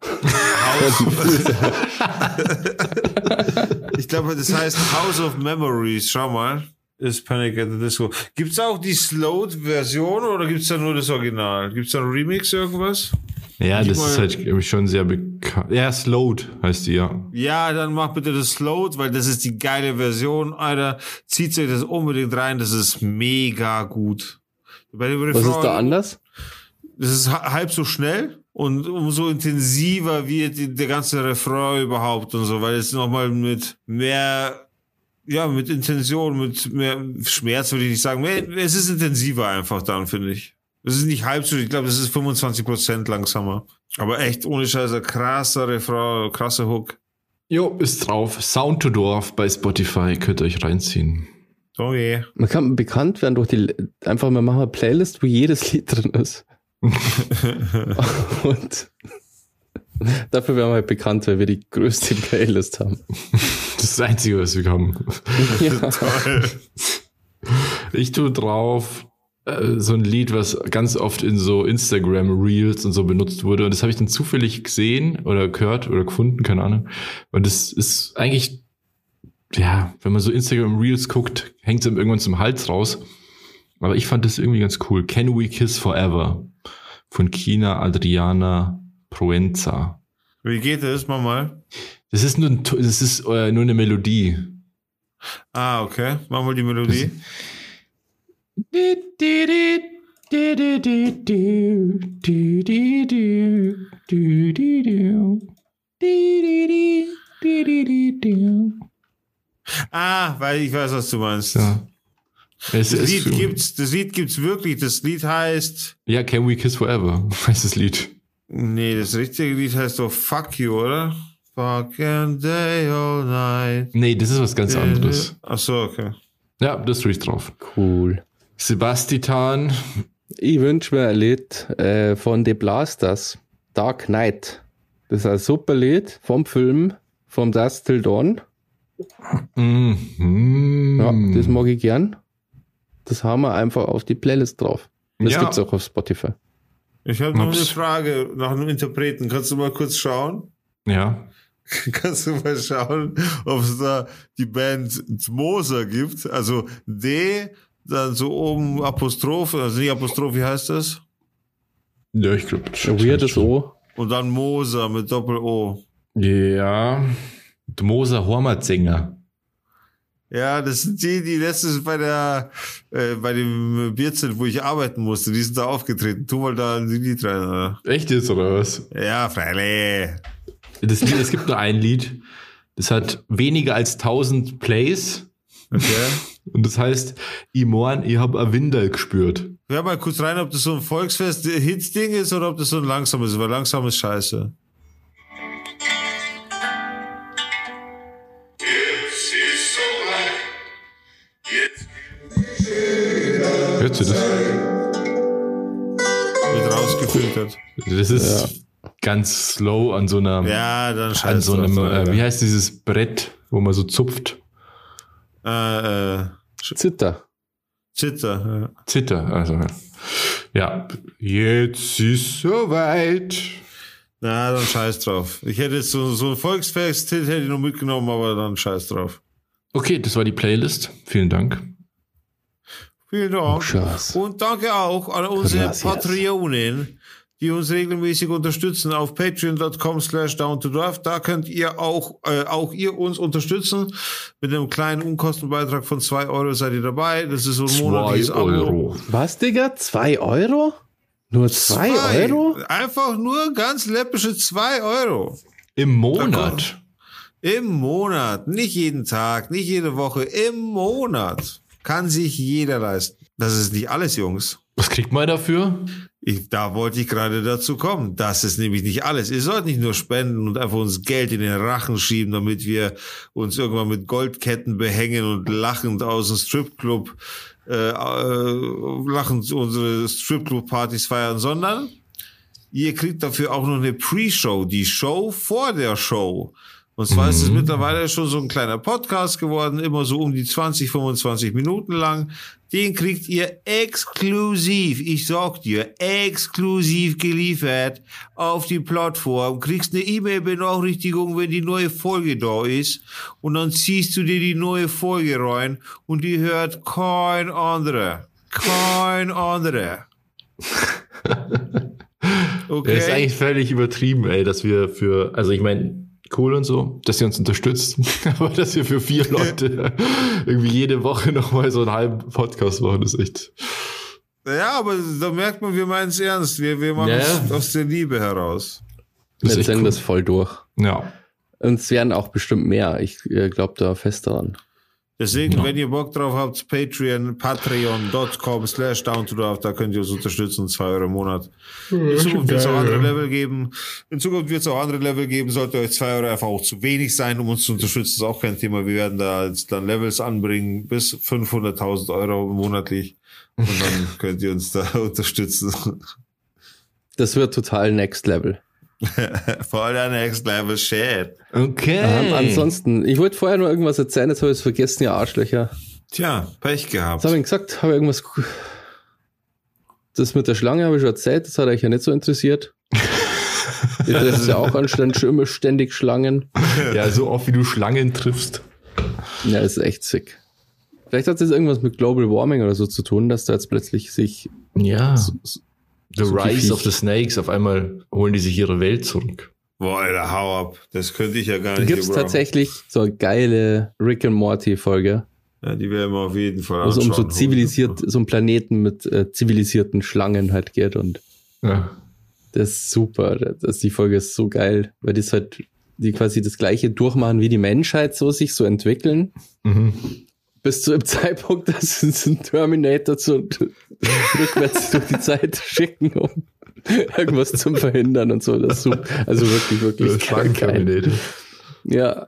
Ich glaube, das heißt House of Memories. Schau mal. Ist Panic at the Disco. Gibt's auch die Slowed-Version oder gibt's da nur das Original? Gibt's da ein Remix irgendwas? Ja, das ist halt schon sehr bekannt. Ja, Slowed heißt die, ja. Ja, dann mach bitte das Slowed, weil das ist die geile Version, Alter. Zieht euch das unbedingt rein, das ist mega gut. Bei dem Was Refrain, ist da anders? Das ist halb so schnell und umso intensiver wird die, der ganze Refrain überhaupt und so, weil es nochmal mit mehr, ja, mit Intention, mit mehr Schmerz würde ich nicht sagen. Mehr, es ist intensiver einfach dann, finde ich. Es ist nicht halb so, ich glaube, das ist fünfundzwanzig Prozent langsamer. Aber echt, ohne Scheiße, krasser Refrain, krasser Hook. Jo, ist drauf. Sound to Dorf bei Spotify, könnt ihr euch reinziehen. Oh je. Man kann bekannt werden durch die, einfach mal machen wir eine Playlist, wo jedes Lied drin ist. Und dafür werden wir halt bekannt, weil wir die größte Playlist haben. Das ist das Einzige, was wir haben. Ja. Ich tue drauf äh, so ein Lied, was ganz oft in so Instagram Reels und so benutzt wurde. Und das habe ich dann zufällig gesehen oder gehört oder gefunden, keine Ahnung. Und das ist eigentlich, ja, wenn man so Instagram Reels guckt, hängt es ihm irgendwann zum Hals raus. Aber ich fand das irgendwie ganz cool. Can We Kiss Forever? Von Kina Adriana Proenza. Wie geht das? Mach mal. Das ist nur, das ist äh, nur eine Melodie. Ah, okay. Mach mal die Melodie. Ah, weil ich weiß, was du meinst. Ja. Es das, Lied gibt's, das Lied gibt's wirklich. Das Lied heißt... Ja, Can We Kiss Forever heißt das Lied. Nee, das richtige Lied heißt doch Fuck You, oder? Fucking day all night. Nee, das ist was ganz anderes. Ach so, okay. Ja, das tue ich drauf. Cool. Sebastian. Ich wünsche mir ein Lied äh, von The Blasters. Dark Knight. Das ist ein super Lied vom Film From Dusk Till Dawn. Mhm. Ja, das mag ich gern. Das haben wir einfach auf die Playlist drauf. Das ja. Gibt's auch auf Spotify. Ich habe noch Ups. eine Frage nach einem Interpreten. Kannst du mal kurz schauen? Ja. Kannst du mal schauen, ob es da die Band Moser gibt? Also D, dann so oben Apostrophe, also nicht Apostrophe, wie heißt das? Ja, ich glaube. Weirdes O. Und dann Moser mit Doppel-O. Ja. Moser Hormatsänger. Ja, das sind die, die letztens bei der, äh, bei dem Bierzelt, wo ich arbeiten musste, die sind da aufgetreten. Tu mal da ein Lied rein, oder? Echt jetzt, oder was? Ja, freilich. Das Lied, es gibt nur ein Lied, das hat weniger als tausend Plays. Okay. Und das heißt, ich morgen, ich hab ein Windel gespürt. Hör mal kurz rein, ob das so ein Volksfest-Hits-Ding ist oder ob das so ein langsames ist, weil langsam ist scheiße. Hörst du das? Wird rausgefiltert. Das ist ja. ganz slow an so einer. Ja, dann scheiße. An so einem, äh, wie heißt dieses Brett, wo man so zupft? Äh, äh. Zither. Zither, ja. Zither, also. Ja, jetzt ist soweit. Na, dann scheiß drauf. Ich hätte jetzt so, so ein Volksfest hätte ich noch mitgenommen, aber dann scheiß drauf. Okay, das war die Playlist. Vielen Dank. Vielen Dank. Schatz. Und danke auch an unsere Gracias. Patreonen, die uns regelmäßig unterstützen auf patreon.com slash down to draft. Da könnt ihr auch, äh, auch ihr uns unterstützen. Mit einem kleinen Unkostenbeitrag von zwei Euro seid ihr dabei. Das ist so ein monatliches Abo. Euro. Was, Digga? Zwei Euro? Nur zwei, Zwei. Euro? Einfach nur ganz läppische zwei Euro. Im Monat. Im Monat. Nicht jeden Tag, nicht jede Woche. Im Monat. Kann sich jeder leisten. Das ist nicht alles, Jungs. Was kriegt man dafür? Ich, da wollte ich gerade dazu kommen. Das ist nämlich nicht alles. Ihr sollt nicht nur spenden und einfach uns Geld in den Rachen schieben, damit wir uns irgendwann mit Goldketten behängen und lachend aus dem Stripclub äh, äh, lachend unsere Stripclub-Partys feiern, sondern ihr kriegt dafür auch noch eine Pre-Show, die Show vor der Show. Und zwar mhm. ist es mittlerweile schon so ein kleiner Podcast geworden, immer so um die zwanzig, fünfundzwanzig Minuten lang. Den kriegt ihr exklusiv, ich sag dir, exklusiv geliefert auf die Plattform. Kriegst eine E-Mail-Benachrichtigung, wenn die neue Folge da ist. Und dann ziehst du dir die neue Folge rein und die hört kein anderer. Kein anderer. Okay. Das ist eigentlich völlig übertrieben, ey, dass wir für, also ich meine, cool und so, dass ihr uns unterstützt, aber dass wir für vier Leute irgendwie jede Woche nochmal so einen halben Podcast machen, ist echt... Ja, aber da merkt man, wir meinen es ernst. Wir, wir machen ja. es aus der Liebe heraus. Wir ziehen cool. das voll durch. Ja. Und es werden auch bestimmt mehr. Ich äh, glaube da fest daran. Deswegen, ja. wenn ihr Bock drauf habt, Patreon, patreon.com slash down to draft, da könnt ihr uns unterstützen, zwei Euro im Monat. In Zukunft wird es auch andere Level geben. In Zukunft wird es auch andere Level geben. Sollte euch zwei Euro einfach auch zu wenig sein, um uns zu unterstützen, ist auch kein Thema. Wir werden da jetzt dann Levels anbringen bis fünfhunderttausend Euro monatlich. Und dann könnt ihr uns da unterstützen. Das wird total Next Level. Voll der Next Level Shit. Okay. Ähm, ansonsten, ich wollte vorher nur irgendwas erzählen, jetzt habe ich es vergessen, ihr Arschlöcher. Tja, Pech gehabt. Was habe ich gesagt? Habe ich irgendwas... Das mit der Schlange habe ich schon erzählt, das hat euch ja nicht so interessiert. Das ist ja auch anscheinend immer ständig Schlangen. Ja, so oft wie du Schlangen triffst. Ja, ist echt sick. Vielleicht hat das irgendwas mit Global Warming oder so zu tun, dass da jetzt plötzlich sich... Ja. So, so, The so Rise of the Snakes, auf einmal holen die sich ihre Welt zurück. Boah, Alter, hau ab. Das könnte ich ja gar nicht Gibt's gebrauchen. tatsächlich so eine geile Rick and Morty Folge. Ja, die werden wir auf jeden Fall Wo es um so anschauen. zivilisiert, so einen Planeten mit äh, zivilisierten Schlangen halt geht und Ja. das ist super. Das, die Folge ist so geil, weil die halt, die quasi das gleiche durchmachen wie die Menschheit, so sich so entwickeln. Mhm. Bis zu dem Zeitpunkt, dass sie einen Terminator zu, rückwärts durch die Zeit schicken, um irgendwas zu verhindern und so. Das ist super. Also wirklich, wirklich geil. Ja.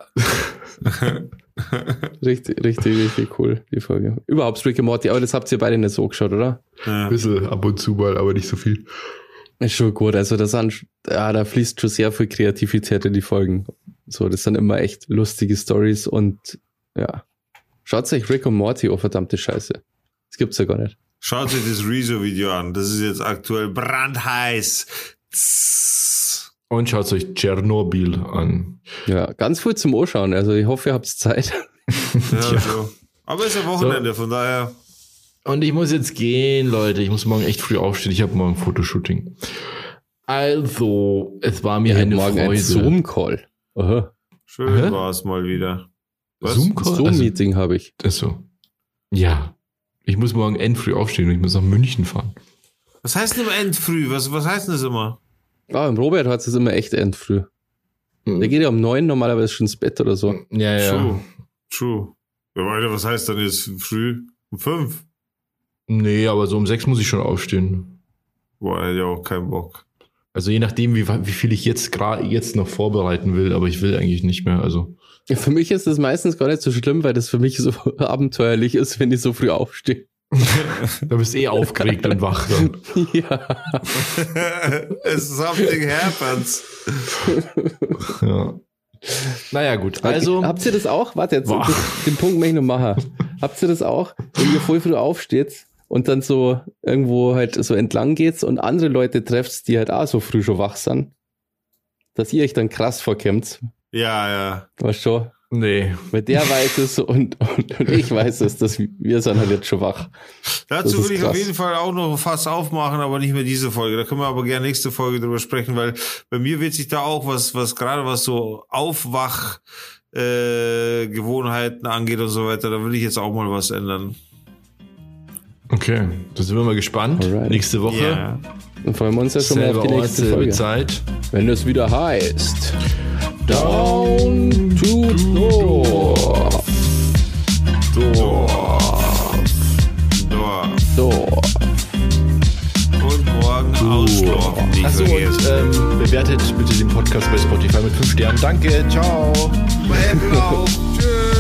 richtig, richtig, richtig cool, die Folge. Überhaupt Rick and Morty, aber das habt ihr beide nicht so geschaut, oder? Ja. Ein bisschen ab und zu mal, aber nicht so viel. Ist schon gut. Also das an, ja, da fließt schon sehr viel Kreativität in die Folgen. So, das sind immer echt lustige Stories und ja. Schaut euch Rick und Morty, oh verdammte Scheiße. Das gibt's ja gar nicht. Schaut euch das Rezo-Video an. Das ist jetzt aktuell brandheiß. Tss. Und schaut euch Tschernobyl an. Ja, ganz viel zum Anschauen. Also ich hoffe, ihr habt Zeit. Ja, ja. So. Aber es ist ja Wochenende, so. Von daher. Und ich muss jetzt gehen, Leute. Ich muss morgen echt früh aufstehen. Ich habe morgen ein Fotoshooting. Also, es war mir eine morgen Freude. Ein Zoom-Call. Aha. Schön war es mal wieder. Zoom-Call? Zoom-Meeting also, habe ich. Ist so. Ja. Ich muss morgen endfrüh aufstehen und ich muss nach München fahren. Was heißt denn immer endfrüh? Was, was heißt denn das immer? Ah, im Robert hat es immer echt endfrüh. Mhm. Der geht ja um neun normalerweise schon ins Bett oder so. Ja, ja. True. True. Ja, weiter, was heißt dann jetzt früh? Um fünf? Nee, aber so um sechs muss ich schon aufstehen. Boah, hätte ja auch keinen Bock. Also je nachdem, wie, wie viel ich jetzt gerade jetzt noch vorbereiten will, aber ich will eigentlich nicht mehr, also. Ja, für mich ist das meistens gar nicht so schlimm, weil das für mich so abenteuerlich ist, wenn ich so früh aufstehe. Da bist du eh aufgeregt und wach dann. Ja. Something happens. Ja. Naja, gut. Also. Habt ihr das auch? Warte, jetzt das, den Punkt möchte ich noch machen. Habt ihr das auch, wenn ihr voll früh aufsteht und dann so irgendwo halt so entlang geht's und andere Leute trefft, die halt auch so früh schon wach sind, dass ihr euch dann krass vorkämmt. Ja, ja. Weißt schon? Nee. Weil der weiß es und, und, und ich weiß es, dass wir sind halt jetzt schon wach. Dazu will ich krass. Auf jeden Fall auch noch Fass aufmachen, aber nicht mehr diese Folge. Da können wir aber gerne nächste Folge drüber sprechen, weil bei mir wird sich da auch was, was gerade was so Aufwach äh, Gewohnheiten angeht und so weiter, da will ich jetzt auch mal was ändern. Okay, da sind wir mal gespannt. Alright. Nächste Woche. Yeah. Dann freuen wir uns ja schon mal auf die nächste Folge. Zeit. Wenn es wieder heißt Down to Dorf. Dorf. Dorf. Dorf. Und morgen ausschlafen. Nicht Achso, und ähm, bewertet bitte den Podcast bei Spotify mit fünf Sternen. Danke, ciao. Tschüss.